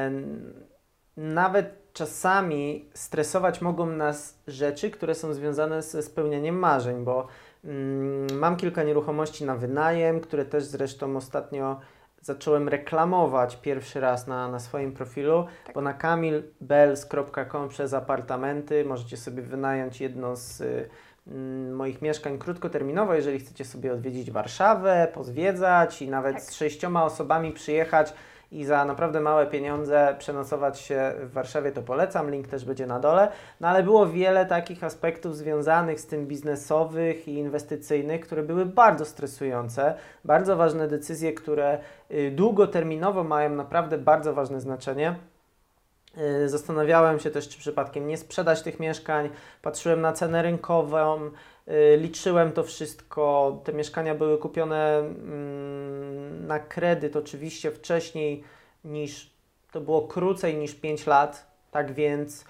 Nawet czasami stresować mogą nas rzeczy, które są związane ze spełnianiem marzeń, bo mam kilka nieruchomości na wynajem, które też zresztą ostatnio zacząłem reklamować pierwszy raz na swoim profilu, bo na kamilbels.com przez apartamenty możecie sobie wynająć jedno z moich mieszkań krótkoterminowo, jeżeli chcecie sobie odwiedzić Warszawę, pozwiedzać i nawet z 6 osobami przyjechać i za naprawdę małe pieniądze przenocować się w Warszawie, to polecam, link też będzie na dole. No ale było wiele takich aspektów związanych z tym biznesowych i inwestycyjnych, które były bardzo stresujące, bardzo ważne decyzje, które długoterminowo mają naprawdę bardzo ważne znaczenie. Zastanawiałem się też, czy przypadkiem nie sprzedać tych mieszkań, patrzyłem na cenę rynkową, liczyłem to wszystko. Te mieszkania były kupione na kredyt oczywiście wcześniej to było krócej niż 5 lat, tak więc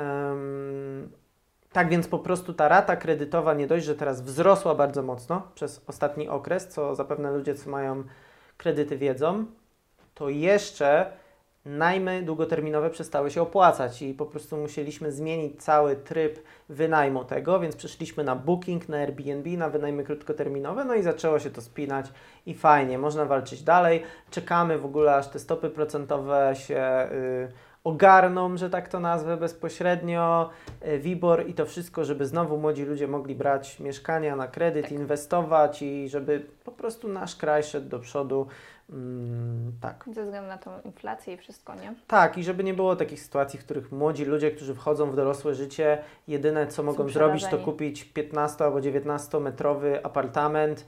po prostu ta rata kredytowa nie dość, że teraz wzrosła bardzo mocno przez ostatni okres, co zapewne ludzie, co mają kredyty wiedzą, to jeszcze najmy długoterminowe przestały się opłacać i po prostu musieliśmy zmienić cały tryb wynajmu tego, więc przeszliśmy na Booking, na Airbnb, na wynajmy krótkoterminowe, no i zaczęło się to spinać i fajnie, można walczyć dalej. Czekamy w ogóle, aż te stopy procentowe się ogarną, że tak to nazwę bezpośrednio, WIBOR i to wszystko, żeby znowu młodzi ludzie mogli brać mieszkania na kredyt, inwestować i żeby po prostu nasz kraj szedł do przodu. Tak. Ze względu na tą inflację i wszystko, nie? Tak, i żeby nie było takich sytuacji, w których młodzi ludzie, którzy wchodzą w dorosłe życie, jedyne co mogą zrobić, to kupić 15 albo 19-metrowy apartament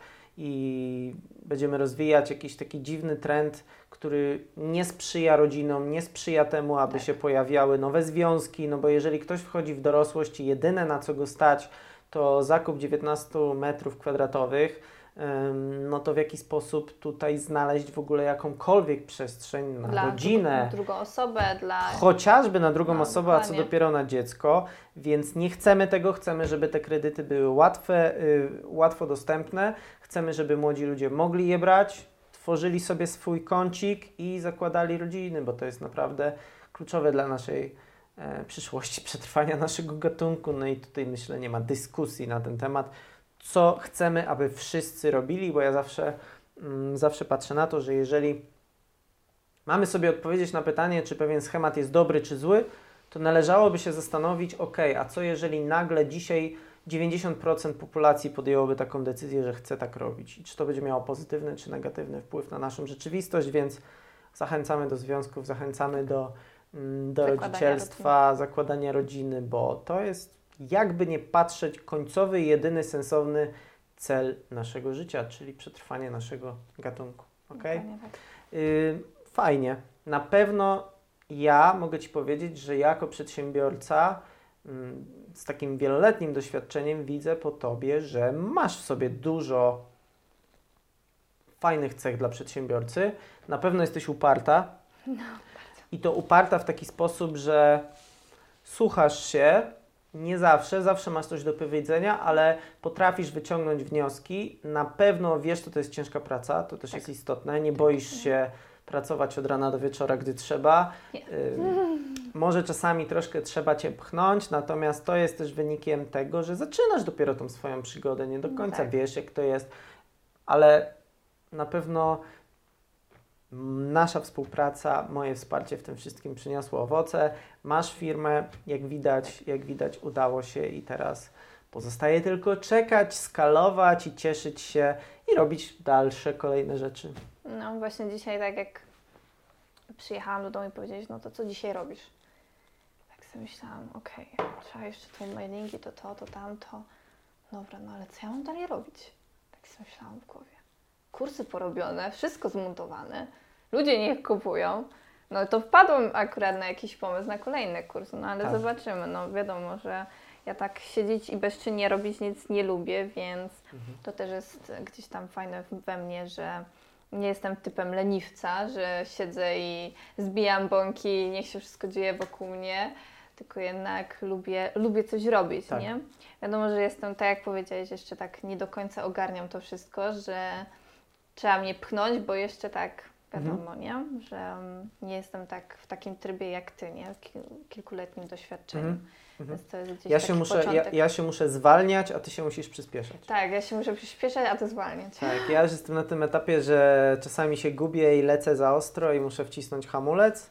i będziemy rozwijać jakiś taki dziwny trend, który nie sprzyja rodzinom, nie sprzyja temu, aby się pojawiały nowe związki, no bo jeżeli ktoś wchodzi w dorosłość i jedyne na co go stać to zakup 19 metrów kwadratowych, no to w jaki sposób tutaj znaleźć w ogóle jakąkolwiek przestrzeń na rodzinę. Drugą osobę, chociażby na drugą osobę, a co dopiero na dziecko, więc nie chcemy tego, chcemy, żeby te kredyty były łatwo dostępne, chcemy, żeby młodzi ludzie mogli je brać, tworzyli sobie swój kącik i zakładali rodziny, bo to jest naprawdę kluczowe dla naszej przyszłości, przetrwania naszego gatunku, no i tutaj myślę, nie ma dyskusji na ten temat, co chcemy, aby wszyscy robili, bo ja zawsze patrzę na to, że jeżeli mamy sobie odpowiedzieć na pytanie, czy pewien schemat jest dobry, czy zły, to należałoby się zastanowić, a co jeżeli nagle dzisiaj 90% populacji podjęłoby taką decyzję, że chce tak robić i czy to będzie miało pozytywny, czy negatywny wpływ na naszą rzeczywistość, więc zachęcamy do związków, zachęcamy do rodzicielstwa, zakładania rodziny, bo to jest jakby nie patrzeć, końcowy, jedyny sensowny cel naszego życia, czyli przetrwanie naszego gatunku. Okay? Fajnie. Na pewno ja mogę Ci powiedzieć, że jako przedsiębiorca z takim wieloletnim doświadczeniem widzę po Tobie, że masz w sobie dużo fajnych cech dla przedsiębiorcy. Na pewno jesteś uparta. No, bardzo. i to uparta w taki sposób, że słuchasz się, nie zawsze masz coś do powiedzenia, ale potrafisz wyciągnąć wnioski. Na pewno wiesz, że to jest ciężka praca, to też jest istotne. Nie boisz się pracować od rana do wieczora, gdy trzeba. Może czasami troszkę trzeba Cię pchnąć, natomiast to jest też wynikiem tego, że zaczynasz dopiero tą swoją przygodę. Nie do końca wiesz, jak to jest, ale na pewno nasza współpraca, moje wsparcie w tym wszystkim przyniosło owoce. Masz firmę, jak widać udało się i teraz pozostaje tylko czekać, skalować i cieszyć się i robić dalsze, kolejne rzeczy. No właśnie dzisiaj tak jak przyjechałam do domu i powiedziałeś, no to co dzisiaj robisz? Tak sobie myślałam, okej, trzeba jeszcze tu mailingi, to tamto. Dobra, no ale co ja mam dalej robić? Tak sobie myślałam w głowie. Kursy porobione, wszystko zmontowane, ludzie niech kupują. No to wpadłam akurat na jakiś pomysł na kolejny kurs, no ale zobaczymy. No wiadomo, że ja tak siedzieć i bezczynnie robić nic nie lubię, więc to też jest gdzieś tam fajne we mnie, że nie jestem typem leniwca, że siedzę i zbijam bąki, niech się wszystko dzieje wokół mnie, tylko jednak lubię coś robić, nie? Wiadomo, że jestem, tak jak powiedziałeś, jeszcze tak nie do końca ogarniam to wszystko, że trzeba mnie pchnąć, bo jeszcze tak wiadomo, nie? Że nie jestem tak w takim trybie jak Ty, nie? Kilkuletnim doświadczeniem. Więc to jest gdzieś ja się muszę zwalniać, a Ty się musisz przyspieszać. Tak, ja się muszę przyspieszać, a Ty zwalniać. Tak, ja już jestem na tym etapie, że czasami się gubię i lecę za ostro i muszę wcisnąć hamulec.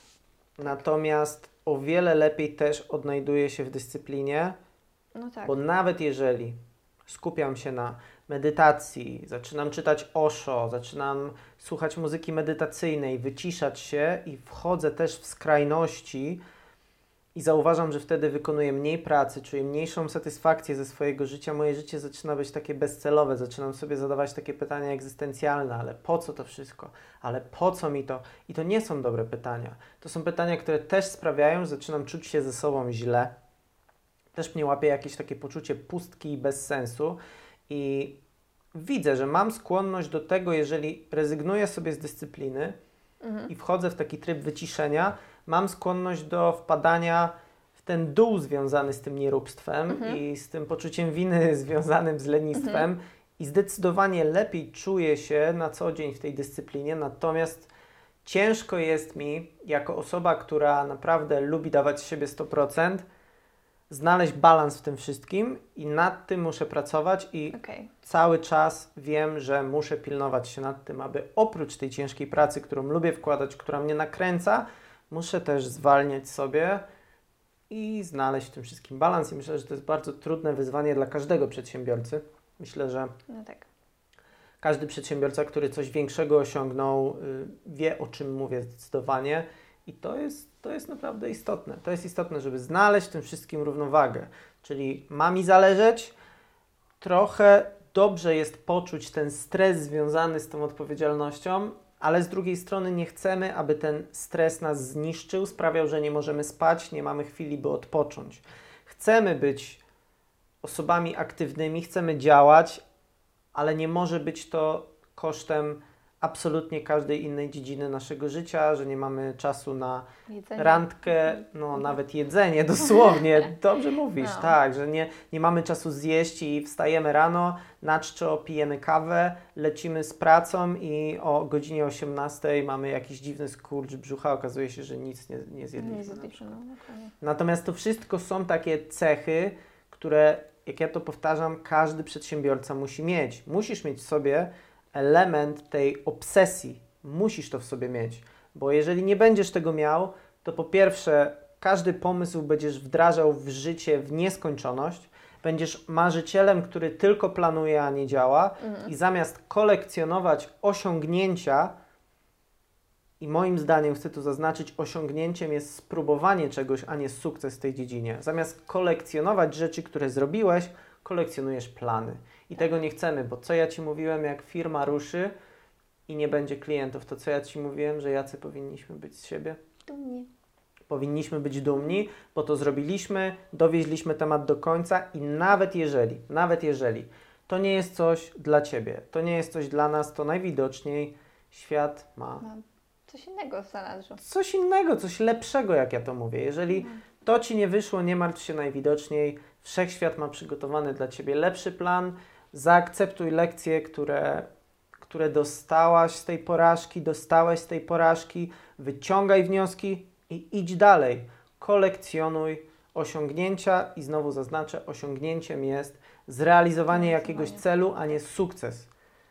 Natomiast o wiele lepiej też odnajduję się w dyscyplinie, bo nawet jeżeli skupiam się na medytacji, zaczynam czytać Osho, zaczynam słuchać muzyki medytacyjnej, wyciszać się i wchodzę też w skrajności i zauważam, że wtedy wykonuję mniej pracy, czuję mniejszą satysfakcję ze swojego życia, moje życie zaczyna być takie bezcelowe, zaczynam sobie zadawać takie pytania egzystencjalne, ale po co to wszystko? Ale po co mi to? I to nie są dobre pytania. To są pytania, które też sprawiają, że zaczynam czuć się ze sobą źle. Też mnie łapie jakieś takie poczucie pustki i bezsensu i widzę, że mam skłonność do tego, jeżeli rezygnuję sobie z dyscypliny i wchodzę w taki tryb wyciszenia, mam skłonność do wpadania w ten dół związany z tym nieróbstwem i z tym poczuciem winy związanym z lenistwem i zdecydowanie lepiej czuję się na co dzień w tej dyscyplinie, natomiast ciężko jest mi, jako osoba, która naprawdę lubi dawać z siebie 100%, znaleźć balans w tym wszystkim i nad tym muszę pracować i cały czas wiem, że muszę pilnować się nad tym, aby oprócz tej ciężkiej pracy, którą lubię wkładać, która mnie nakręca, muszę też zwalniać sobie i znaleźć w tym wszystkim balans. I myślę, że to jest bardzo trudne wyzwanie dla każdego przedsiębiorcy. Myślę, że każdy przedsiębiorca, który coś większego osiągnął, wie, o czym mówię zdecydowanie. I to jest naprawdę istotne. To jest istotne, żeby znaleźć w tym wszystkim równowagę. Czyli ma mi zależeć, trochę dobrze jest poczuć ten stres związany z tą odpowiedzialnością, ale z drugiej strony nie chcemy, aby ten stres nas zniszczył, sprawiał, że nie możemy spać, nie mamy chwili, by odpocząć. Chcemy być osobami aktywnymi, chcemy działać, ale nie może być to kosztem absolutnie każdej innej dziedziny naszego życia, że nie mamy czasu na randkę, nawet jedzenie, dosłownie, dobrze mówisz, tak, że nie mamy czasu zjeść i wstajemy rano, na czczo pijemy kawę, lecimy z pracą i o godzinie 18 mamy jakiś dziwny skurcz brzucha, okazuje się, że nic nie zjedliśmy. Natomiast to wszystko są takie cechy, które, jak ja to powtarzam, każdy przedsiębiorca musi mieć. Musisz mieć w sobie element tej obsesji. Musisz to w sobie mieć, bo jeżeli nie będziesz tego miał, to po pierwsze każdy pomysł będziesz wdrażał w życie w nieskończoność, będziesz marzycielem, który tylko planuje, a nie działa i zamiast kolekcjonować osiągnięcia, i moim zdaniem, chcę tu zaznaczyć, osiągnięciem jest spróbowanie czegoś, a nie sukces w tej dziedzinie. Zamiast kolekcjonować rzeczy, które zrobiłeś, kolekcjonujesz plany. I tego nie chcemy, bo co ja Ci mówiłem, jak firma ruszy i nie będzie klientów, to co ja Ci mówiłem, że jacy powinniśmy być z siebie? Dumni. Powinniśmy być dumni, bo to zrobiliśmy, dowieźliśmy temat do końca i nawet jeżeli to nie jest coś dla Ciebie, to nie jest coś dla nas, to najwidoczniej świat ma Coś innego w zanadrzu. Coś innego, coś lepszego, jak ja to mówię. Jeżeli to Ci nie wyszło, nie martw się najwidoczniej. Wszechświat ma przygotowany dla Ciebie lepszy plan. Zaakceptuj lekcje, które dostałeś z tej porażki. Wyciągaj wnioski i idź dalej. Kolekcjonuj osiągnięcia i znowu zaznaczę, osiągnięciem jest zrealizowanie jakiegoś celu, a nie sukces.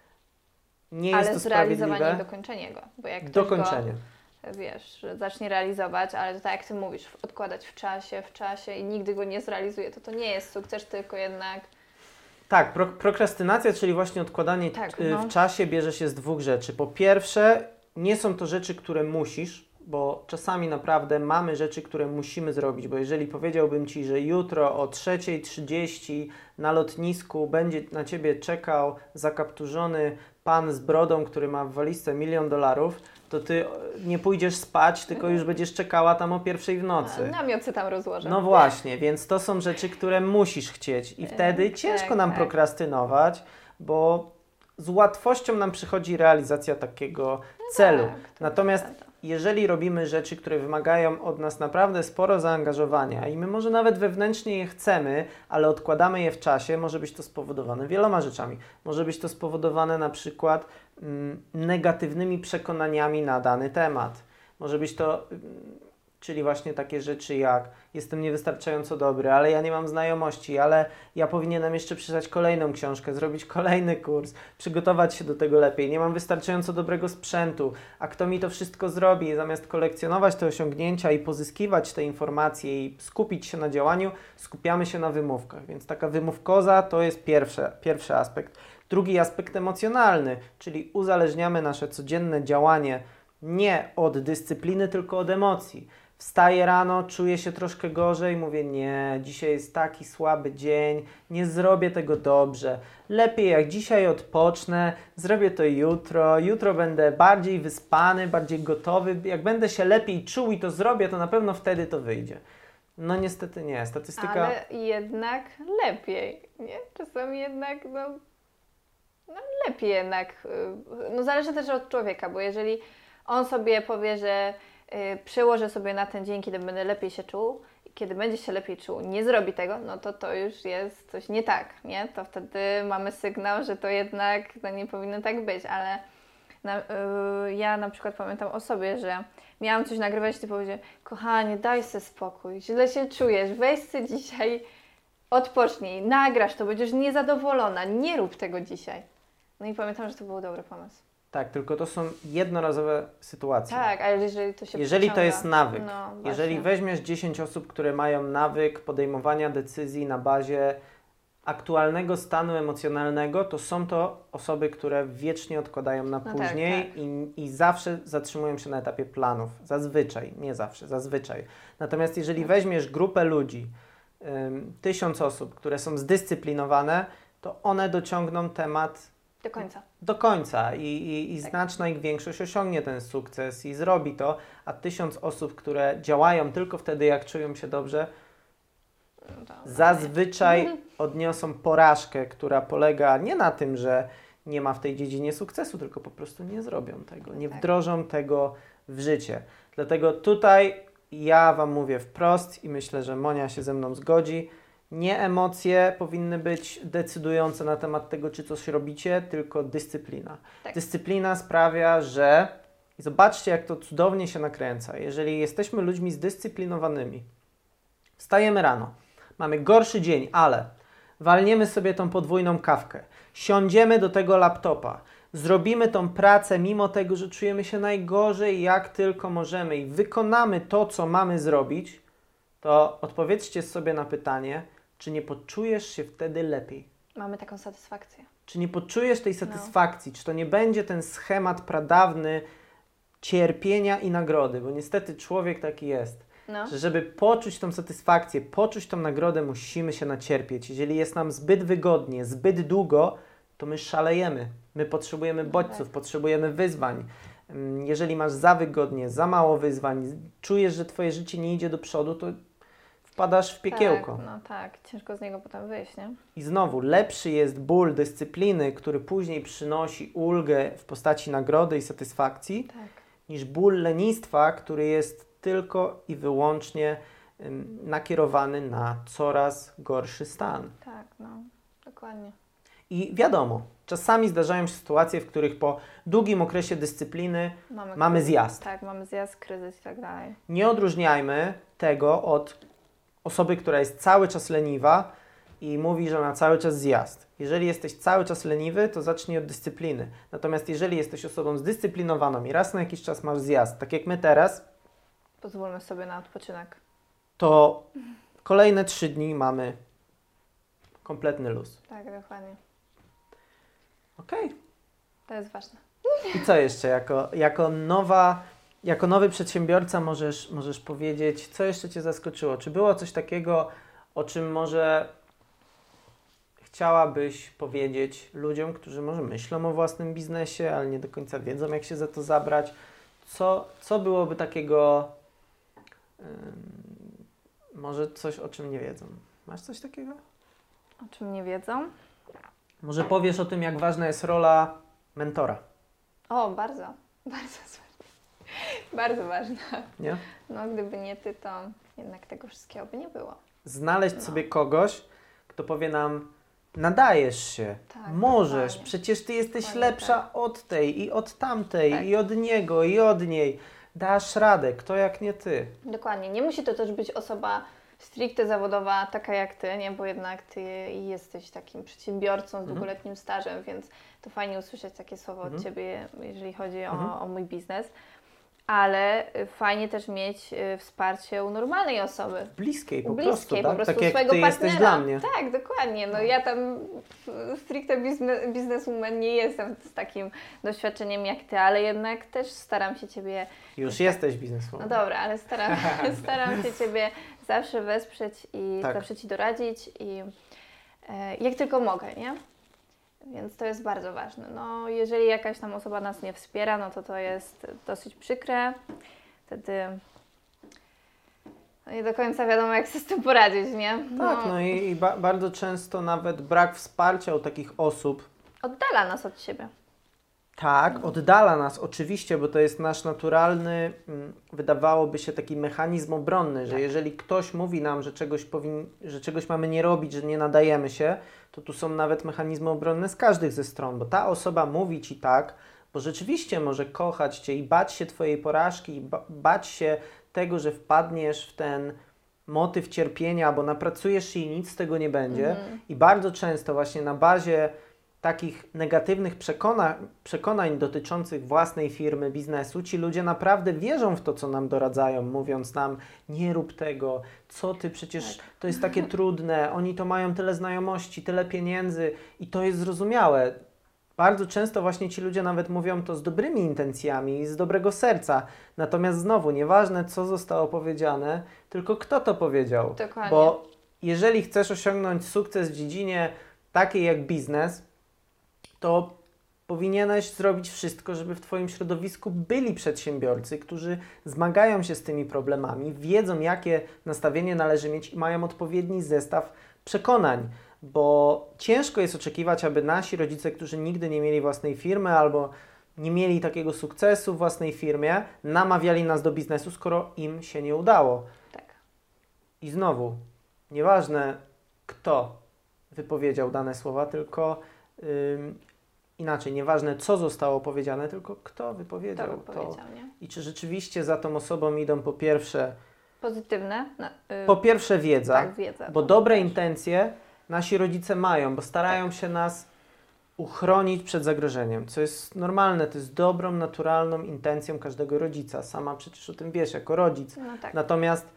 Nie jest to sprawiedliwe. Ale zrealizowanie i dokończenie go. Bo jak dokończenie. Wiesz, zacznie realizować, ale to tak jak Ty mówisz, odkładać w czasie i nigdy go nie zrealizuje, to nie jest sukces, tylko jednak... Tak, prokrastynacja, czyli właśnie odkładanie w czasie bierze się z dwóch rzeczy. Po pierwsze, nie są to rzeczy, które musisz, bo czasami naprawdę mamy rzeczy, które musimy zrobić, bo jeżeli powiedziałbym Ci, że jutro o 3:30 na lotnisku będzie na Ciebie czekał zakapturzony pan z brodą, który ma w walizce $1 000 000, to Ty nie pójdziesz spać, tylko już będziesz czekała tam o 1:00 w nocy. Namiot sobie tam rozłożę. No właśnie, więc to są rzeczy, które musisz chcieć i wtedy ciężko nam prokrastynować, bo z łatwością nam przychodzi realizacja takiego celu. Natomiast jeżeli robimy rzeczy, które wymagają od nas naprawdę sporo zaangażowania i my może nawet wewnętrznie je chcemy, ale odkładamy je w czasie, może być to spowodowane wieloma rzeczami. Może być to spowodowane na przykład negatywnymi przekonaniami na dany temat. Może być to, czyli właśnie takie rzeczy jak jestem niewystarczająco dobry, ale ja nie mam znajomości, ale ja powinienem jeszcze przeczytać kolejną książkę, zrobić kolejny kurs, przygotować się do tego lepiej, nie mam wystarczająco dobrego sprzętu, a kto mi to wszystko zrobi? Zamiast kolekcjonować te osiągnięcia i pozyskiwać te informacje i skupić się na działaniu, skupiamy się na wymówkach, więc taka wymówkoza to jest pierwszy aspekt. Drugi aspekt emocjonalny, czyli uzależniamy nasze codzienne działanie nie od dyscypliny, tylko od emocji. Wstaję rano, czuję się troszkę gorzej, mówię nie, dzisiaj jest taki słaby dzień, nie zrobię tego dobrze. Lepiej jak dzisiaj odpocznę, zrobię to jutro będę bardziej wyspany, bardziej gotowy. Jak będę się lepiej czuł i to zrobię, to na pewno wtedy to wyjdzie. No niestety nie, statystyka... Ale jednak lepiej, nie? Czasami jednak, lepiej jednak, zależy też od człowieka, bo jeżeli on sobie powie, że przełożę sobie na ten dzień, kiedy będę lepiej się czuł i kiedy będzie się lepiej czuł, nie zrobi tego, no to już jest coś nie tak, nie? To wtedy mamy sygnał, że to jednak nie powinno tak być, ale ja na przykład pamiętam o sobie, że miałam coś nagrywać i Ty powiedział, kochanie, daj sobie spokój, źle się czujesz, weź sobie dzisiaj, odpocznij, nagrasz to, będziesz niezadowolona, nie rób tego dzisiaj. No i pamiętam, że to był dobry pomysł. Tak, tylko to są jednorazowe sytuacje. Tak, ale jeżeli to się Jeżeli to jest nawyk, no, jeżeli weźmiesz 10 osób, które mają nawyk podejmowania decyzji na bazie aktualnego stanu emocjonalnego, to są to osoby, które wiecznie odkładają na później tak. I zawsze zatrzymują się na etapie planów. Zazwyczaj, nie zawsze, zazwyczaj. Natomiast jeżeli weźmiesz grupę ludzi, 1000 osób, które są zdyscyplinowane, to one dociągną temat do końca i znaczna ich większość osiągnie ten sukces i zrobi to, a 1000 osób, które działają tylko wtedy, jak czują się dobrze, zazwyczaj odniosą porażkę, która polega nie na tym, że nie ma w tej dziedzinie sukcesu, tylko po prostu nie zrobią tego, nie wdrożą tego w życie. Dlatego tutaj ja Wam mówię wprost i myślę, że Monia się ze mną zgodzi, nie emocje powinny być decydujące na temat tego, czy coś robicie, tylko dyscyplina. Tak. Dyscyplina sprawia, że... I zobaczcie, jak to cudownie się nakręca. Jeżeli jesteśmy ludźmi zdyscyplinowanymi, wstajemy rano, mamy gorszy dzień, ale walniemy sobie tą podwójną kawkę, siądziemy do tego laptopa, zrobimy tą pracę mimo tego, że czujemy się najgorzej, jak tylko możemy i wykonamy to, co mamy zrobić, to odpowiedzcie sobie na pytanie, czy nie poczujesz się wtedy lepiej? Mamy taką satysfakcję. Czy nie poczujesz tej satysfakcji? Czy to nie będzie ten schemat pradawny cierpienia i nagrody? Bo niestety człowiek taki jest, że żeby poczuć tą satysfakcję, poczuć tą nagrodę, musimy się nacierpieć. Jeżeli jest nam zbyt wygodnie, zbyt długo, to my szalejemy. My potrzebujemy bodźców, potrzebujemy wyzwań. Jeżeli masz za wygodnie, za mało wyzwań, czujesz, że Twoje życie nie idzie do przodu, to wpadasz w piekiełko. Tak, ciężko z niego potem wyjść, nie? I znowu, lepszy jest ból dyscypliny, który później przynosi ulgę w postaci nagrody i satysfakcji, niż ból lenistwa, który jest tylko i wyłącznie nakierowany na coraz gorszy stan. Tak, no, dokładnie. I wiadomo, czasami zdarzają się sytuacje, w których po długim okresie dyscypliny mamy zjazd. Tak, mamy zjazd, kryzys i tak dalej. Nie odróżniajmy tego od osoby, która jest cały czas leniwa i mówi, że ma cały czas zjazd. Jeżeli jesteś cały czas leniwy, to zacznij od dyscypliny. Natomiast jeżeli jesteś osobą zdyscyplinowaną i raz na jakiś czas masz zjazd, tak jak my teraz, pozwólmy sobie na odpoczynek. To kolejne 3 dni mamy kompletny luz. Tak, dokładnie. Okej. To jest ważne. I co jeszcze? Jako nowy przedsiębiorca możesz powiedzieć, co jeszcze Cię zaskoczyło? Czy było coś takiego, o czym może chciałabyś powiedzieć ludziom, którzy może myślą o własnym biznesie, ale nie do końca wiedzą, jak się za to zabrać? Co byłoby takiego, może coś, o czym nie wiedzą? Masz coś takiego? O czym nie wiedzą? Może powiesz o tym, jak ważna jest rola mentora. O, bardzo bardzo ważna. Nie? No, gdyby nie ty, to jednak tego wszystkiego by nie było. Znaleźć sobie kogoś, kto powie nam, nadajesz się, tak, możesz, dokładnie. Przecież ty jesteś Dokładnie lepsza tak. od tej i od tamtej Tak. i od niego i od niej. Dasz radę, kto jak nie ty. Dokładnie. Nie musi to też być osoba stricte zawodowa, taka jak ty, nie? Bo jednak ty jesteś takim przedsiębiorcą z długoletnim stażem, więc to fajnie usłyszeć takie słowo od ciebie, jeżeli chodzi o mój biznes. Ale fajnie też mieć wsparcie u normalnej osoby. Bliskiej po Bliskiej, prostu, tak? Tak jak swojego ty partnera. jesteś dla mnie. Tak, dokładnie. No ja tam stricte bizneswoman nie jestem z takim doświadczeniem jak ty, ale jednak też staram się ciebie... Już jesteś bizneswoman. No dobra, ale staram się ciebie zawsze wesprzeć i zawsze ci doradzić i jak tylko mogę, nie? Więc to jest bardzo ważne. No, jeżeli jakaś tam osoba nas nie wspiera, no to jest dosyć przykre. Wtedy nie do końca wiadomo, jak sobie z tym poradzić, nie? Tak, i bardzo często nawet brak wsparcia u takich osób oddala nas od siebie. Tak, oddala nas oczywiście, bo to jest nasz naturalny, wydawałoby się taki mechanizm obronny, że jeżeli ktoś mówi nam, że czegoś mamy nie robić, że nie nadajemy się, to tu są nawet mechanizmy obronne z każdej ze stron, bo ta osoba mówi Ci tak, bo rzeczywiście może kochać Cię i bać się Twojej porażki, i bać się tego, że wpadniesz w ten motyw cierpienia, bo napracujesz się i nic z tego nie będzie. I bardzo często właśnie na bazie takich negatywnych przekonań dotyczących własnej firmy, biznesu, ci ludzie naprawdę wierzą w to, co nam doradzają, mówiąc nam, nie rób tego, co ty, przecież to jest takie trudne, oni to mają tyle znajomości, tyle pieniędzy i to jest zrozumiałe. Bardzo często właśnie ci ludzie nawet mówią to z dobrymi intencjami, z dobrego serca. Natomiast znowu, nieważne co zostało powiedziane, tylko kto to powiedział. Dokładnie. Bo jeżeli chcesz osiągnąć sukces w dziedzinie takiej jak biznes, to powinieneś zrobić wszystko, żeby w Twoim środowisku byli przedsiębiorcy, którzy zmagają się z tymi problemami, wiedzą, jakie nastawienie należy mieć i mają odpowiedni zestaw przekonań, bo ciężko jest oczekiwać, aby nasi rodzice, którzy nigdy nie mieli własnej firmy albo nie mieli takiego sukcesu w własnej firmie, namawiali nas do biznesu, skoro im się nie udało. Tak. I znowu, nieważne kto wypowiedział dane słowa, tylko inaczej, nieważne co zostało powiedziane, tylko kto wypowiedział to. Nie? I czy rzeczywiście za tą osobą idą po pierwsze pozytywne? Po pierwsze wiedza, tak, wiedza, bo dobre intencje nasi rodzice mają, bo starają się nas uchronić przed zagrożeniem, co jest normalne, to jest dobrą, naturalną intencją każdego rodzica. Sama przecież o tym wiesz, jako rodzic. No tak. Natomiast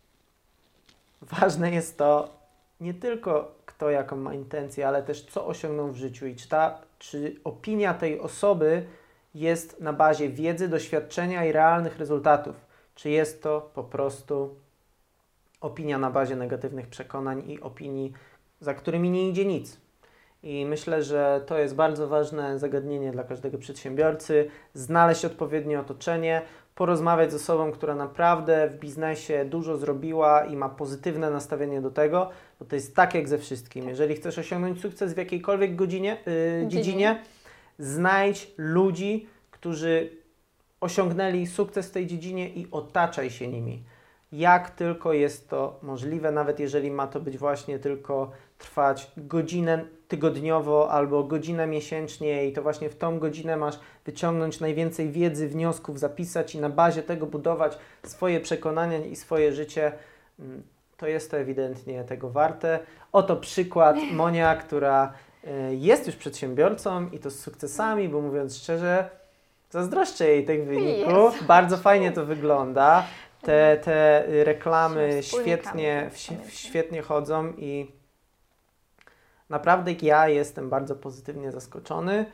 ważne jest to nie tylko kto jaką ma intencję, ale też co osiągnął w życiu i czy opinia tej osoby jest na bazie wiedzy, doświadczenia i realnych rezultatów. Czy jest to po prostu opinia na bazie negatywnych przekonań i opinii, za którymi nie idzie nic. I myślę, że to jest bardzo ważne zagadnienie dla każdego przedsiębiorcy. Znaleźć odpowiednie otoczenie, porozmawiać z osobą, która naprawdę w biznesie dużo zrobiła i ma pozytywne nastawienie do tego, bo to jest tak jak ze wszystkim. Jeżeli chcesz osiągnąć sukces w jakiejkolwiek dziedzinie, znajdź ludzi, którzy osiągnęli sukces w tej dziedzinie i otaczaj się nimi. Jak tylko jest to możliwe, nawet jeżeli ma to być właśnie tylko trwać godzinę tygodniowo albo godzinę miesięcznie i to właśnie w tą godzinę masz wyciągnąć najwięcej wiedzy, wniosków, zapisać i na bazie tego budować swoje przekonania i swoje życie, to jest to ewidentnie tego warte. Oto przykład Monia, która jest już przedsiębiorcą i to z sukcesami, bo mówiąc szczerze, zazdroszczę jej tych wyników. Bardzo fajnie to wygląda. Te reklamy świetnie chodzą i naprawdę ja jestem bardzo pozytywnie zaskoczony.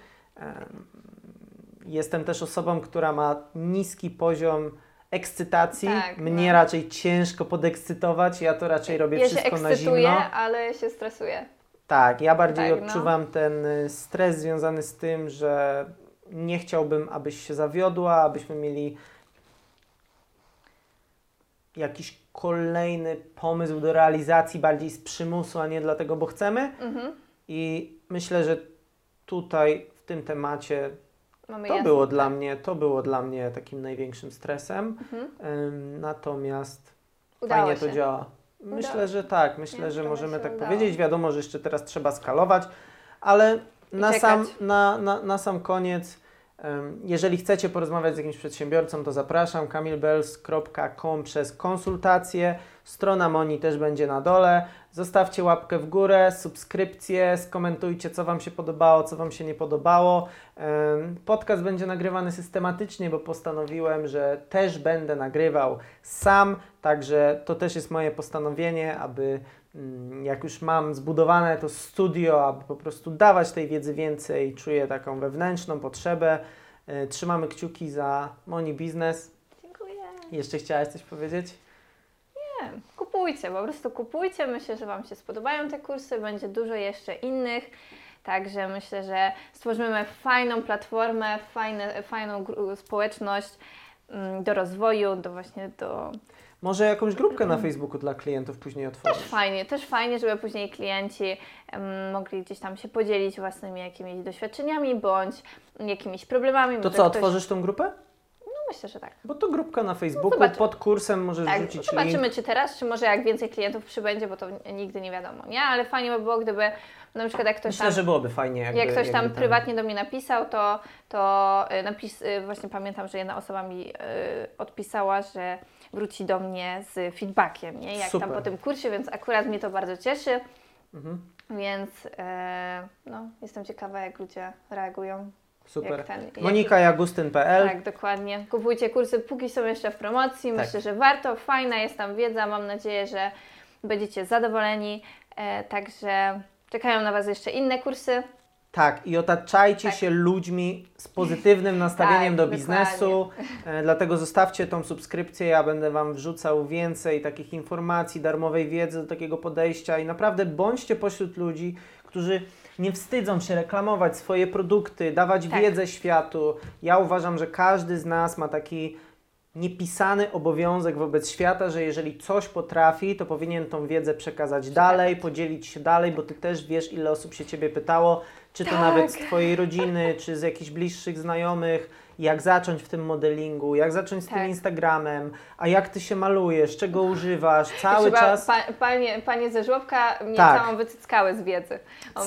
Jestem też osobą, która ma niski poziom ekscytacji. Mnie raczej ciężko podekscytować. Ja to raczej robię wszystko na zimno. Ja się ekscytuję, ale się stresuję. Tak, ja bardziej odczuwam ten stres związany z tym, że nie chciałbym, abyś się zawiodła, abyśmy mieli jakiś kolejny pomysł do realizacji bardziej z przymusu, a nie dlatego, bo chcemy. I myślę, że tutaj w tym temacie to było dla mnie takim największym stresem. Natomiast fajnie to działa. Myślę, że tak. Myślę, że możemy tak powiedzieć. Wiadomo, że jeszcze teraz trzeba skalować, ale na sam koniec, jeżeli chcecie porozmawiać z jakimś przedsiębiorcą, to zapraszam kamilbels.com przez konsultacje. Strona Moni też będzie na dole. Zostawcie łapkę w górę, subskrypcję, skomentujcie, co Wam się podobało, co Wam się nie podobało. Podcast będzie nagrywany systematycznie, bo postanowiłem, że też będę nagrywał sam, także to też jest moje postanowienie, aby jak już mam zbudowane to studio, aby po prostu dawać tej wiedzy więcej, czuję taką wewnętrzną potrzebę. Trzymamy kciuki za Moni Biznes. Dziękuję. Jeszcze chciałaś coś powiedzieć? Nie, kupujcie, po prostu kupujcie. Myślę, że Wam się spodobają te kursy, będzie dużo jeszcze innych. Także myślę, że stworzymy fajną platformę, fajną społeczność do rozwoju, do... Może jakąś grupkę na Facebooku dla klientów później otworzyć. Też fajnie, żeby później klienci mogli gdzieś tam się podzielić własnymi jakimiś doświadczeniami bądź jakimiś problemami. To co, otworzysz tą grupę? No myślę, że tak. Bo to grupka na Facebooku, pod kursem możesz wrzucić link. Zobaczymy, czy teraz, czy może jak więcej klientów przybędzie, bo to nigdy nie wiadomo, nie? Ale fajnie by było, gdyby na przykład jak ktoś Myślę, że byłoby fajnie. Jak ktoś tam prywatnie do mnie napisał, właśnie pamiętam, że jedna osoba mi odpisała, że wróci do mnie z feedbackiem, nie? Jak tam po tym kursie, więc akurat mnie to bardzo cieszy. Więc jestem ciekawa, jak ludzie reagują. Super. Monika.jagustyn.pl. Tak, dokładnie. Kupujcie kursy, póki są jeszcze w promocji. Myślę, że warto. Fajna jest tam wiedza. Mam nadzieję, że będziecie zadowoleni. Także czekają na Was jeszcze inne kursy. Tak, i otaczajcie się ludźmi z pozytywnym nastawieniem do biznesu. Dlatego zostawcie tą subskrypcję, ja będę Wam wrzucał więcej takich informacji, darmowej wiedzy do takiego podejścia i naprawdę bądźcie pośród ludzi, którzy nie wstydzą się reklamować swoje produkty, dawać wiedzę światu. Ja uważam, że każdy z nas ma taki niepisany obowiązek wobec świata, że jeżeli coś potrafi, to powinien tą wiedzę przekazać dalej, podzielić się dalej, bo Ty też wiesz, ile osób się Ciebie pytało, czy to nawet z Twojej rodziny, czy z jakichś bliższych znajomych, jak zacząć w tym modelingu, jak zacząć z tym Instagramem, a jak Ty się malujesz, czego używasz, cały czas... Panie ze żłobka mnie całą wycyckały z wiedzy o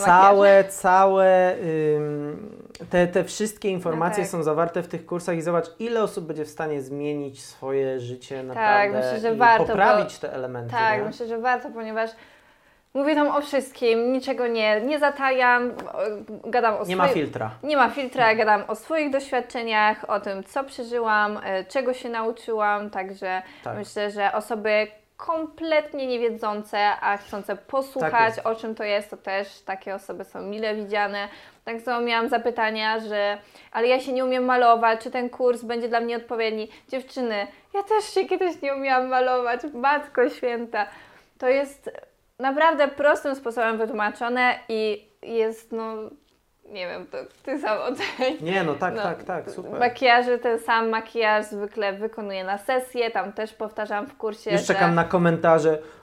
te wszystkie informacje są zawarte w tych kursach i zobacz, ile osób będzie w stanie zmienić swoje życie naprawdę myślę, że i warto, poprawić te elementy. Tak, myślę, że warto, ponieważ mówię tam o wszystkim, niczego nie zatajam, gadam o Nie ma filtra. Nie ma filtra, gadam o swoich doświadczeniach, o tym, co przeżyłam, czego się nauczyłam, także myślę, że osoby kompletnie niewiedzące, a chcące posłuchać, o czym to jest, to też takie osoby są mile widziane. Tak samo miałam zapytania, ale ja się nie umiem malować, czy ten kurs będzie dla mnie odpowiedni. Dziewczyny, ja też się kiedyś nie umiałam malować, Matko Święta. To jest naprawdę prostym sposobem wytłumaczone i jest, nie wiem, to Ty sam oceń. Nie, tak, super. Makijaże, ten sam makijaż zwykle wykonuję na sesję, tam też powtarzam w kursie, Już czekam na komentarze.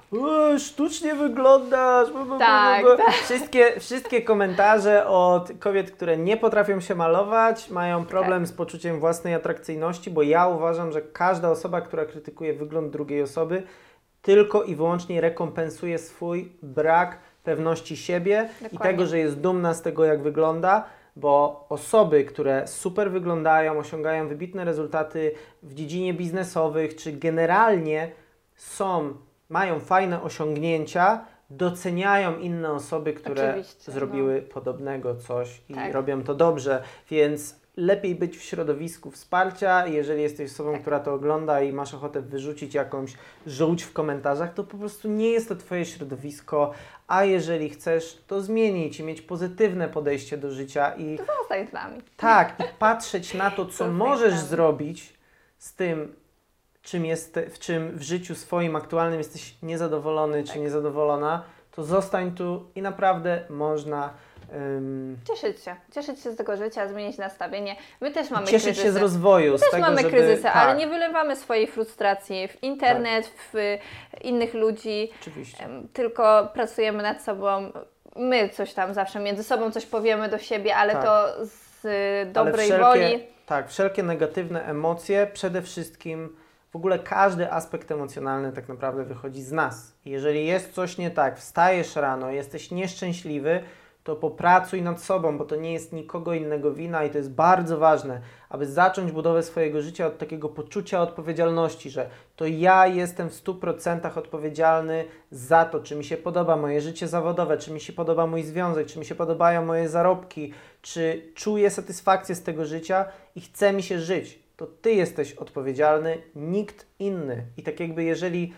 sztucznie wyglądasz. Tak. Wszystkie komentarze od kobiet, które nie potrafią się malować, mają problem z poczuciem własnej atrakcyjności, bo ja uważam, że każda osoba, która krytykuje wygląd drugiej osoby, tylko i wyłącznie rekompensuje swój brak pewności siebie i tego, że jest dumna z tego, jak wygląda, bo osoby, które super wyglądają, osiągają wybitne rezultaty w dziedzinie biznesowych, czy generalnie mają fajne osiągnięcia, doceniają inne osoby, które zrobiły podobnego coś i robią to dobrze, więc lepiej być w środowisku wsparcia. Jeżeli jesteś osobą, która to ogląda i masz ochotę wyrzucić jakąś żółć w komentarzach, to po prostu nie jest to Twoje środowisko, a jeżeli chcesz to zmienić i mieć pozytywne podejście do życia i to zostań z nami. Tak, i patrzeć na to, co możesz zrobić z tym, w czym w życiu swoim aktualnym jesteś niezadowolony czy niezadowolona, to zostań tu i naprawdę można Cieszyć się z tego życia, zmienić nastawienie. My też mamy cieszyć kryzysy. się z rozwoju. My też mamy kryzysy, ale nie wylewamy swojej frustracji w internet, w innych ludzi. Oczywiście. Tylko pracujemy nad sobą. My coś tam zawsze między sobą coś powiemy do siebie, ale to z dobrej woli. Tak, wszelkie negatywne emocje, przede wszystkim w ogóle każdy aspekt emocjonalny tak naprawdę wychodzi z nas. Jeżeli jest coś nie tak, wstajesz rano, jesteś nieszczęśliwy, to popracuj nad sobą, bo to nie jest nikogo innego wina i to jest bardzo ważne, aby zacząć budowę swojego życia od takiego poczucia odpowiedzialności, że to ja jestem w 100% odpowiedzialny za to, czy mi się podoba moje życie zawodowe, czy mi się podoba mój związek, czy mi się podobają moje zarobki, czy czuję satysfakcję z tego życia i chce mi się żyć. To Ty jesteś odpowiedzialny, nikt inny. I tak jakby jeżeli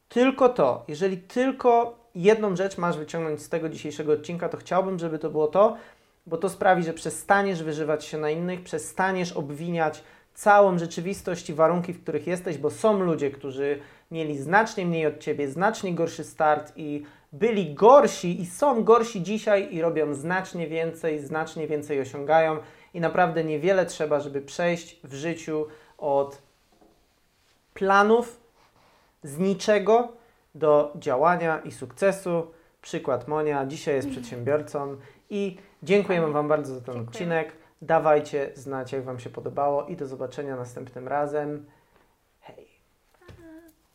tylko jedną rzecz masz wyciągnąć z tego dzisiejszego odcinka, to chciałbym, żeby to było to, bo to sprawi, że przestaniesz wyżywać się na innych, przestaniesz obwiniać całą rzeczywistość i warunki, w których jesteś, bo są ludzie, którzy mieli znacznie mniej od Ciebie, znacznie gorszy start i byli gorsi i są gorsi dzisiaj i robią znacznie więcej osiągają i naprawdę niewiele trzeba, żeby przejść w życiu od planów z niczego do działania i sukcesu. Przykład Monia, dzisiaj jest przedsiębiorcą i dziękujemy Wam bardzo za ten odcinek. Dawajcie znać, jak Wam się podobało i do zobaczenia następnym razem. Hej!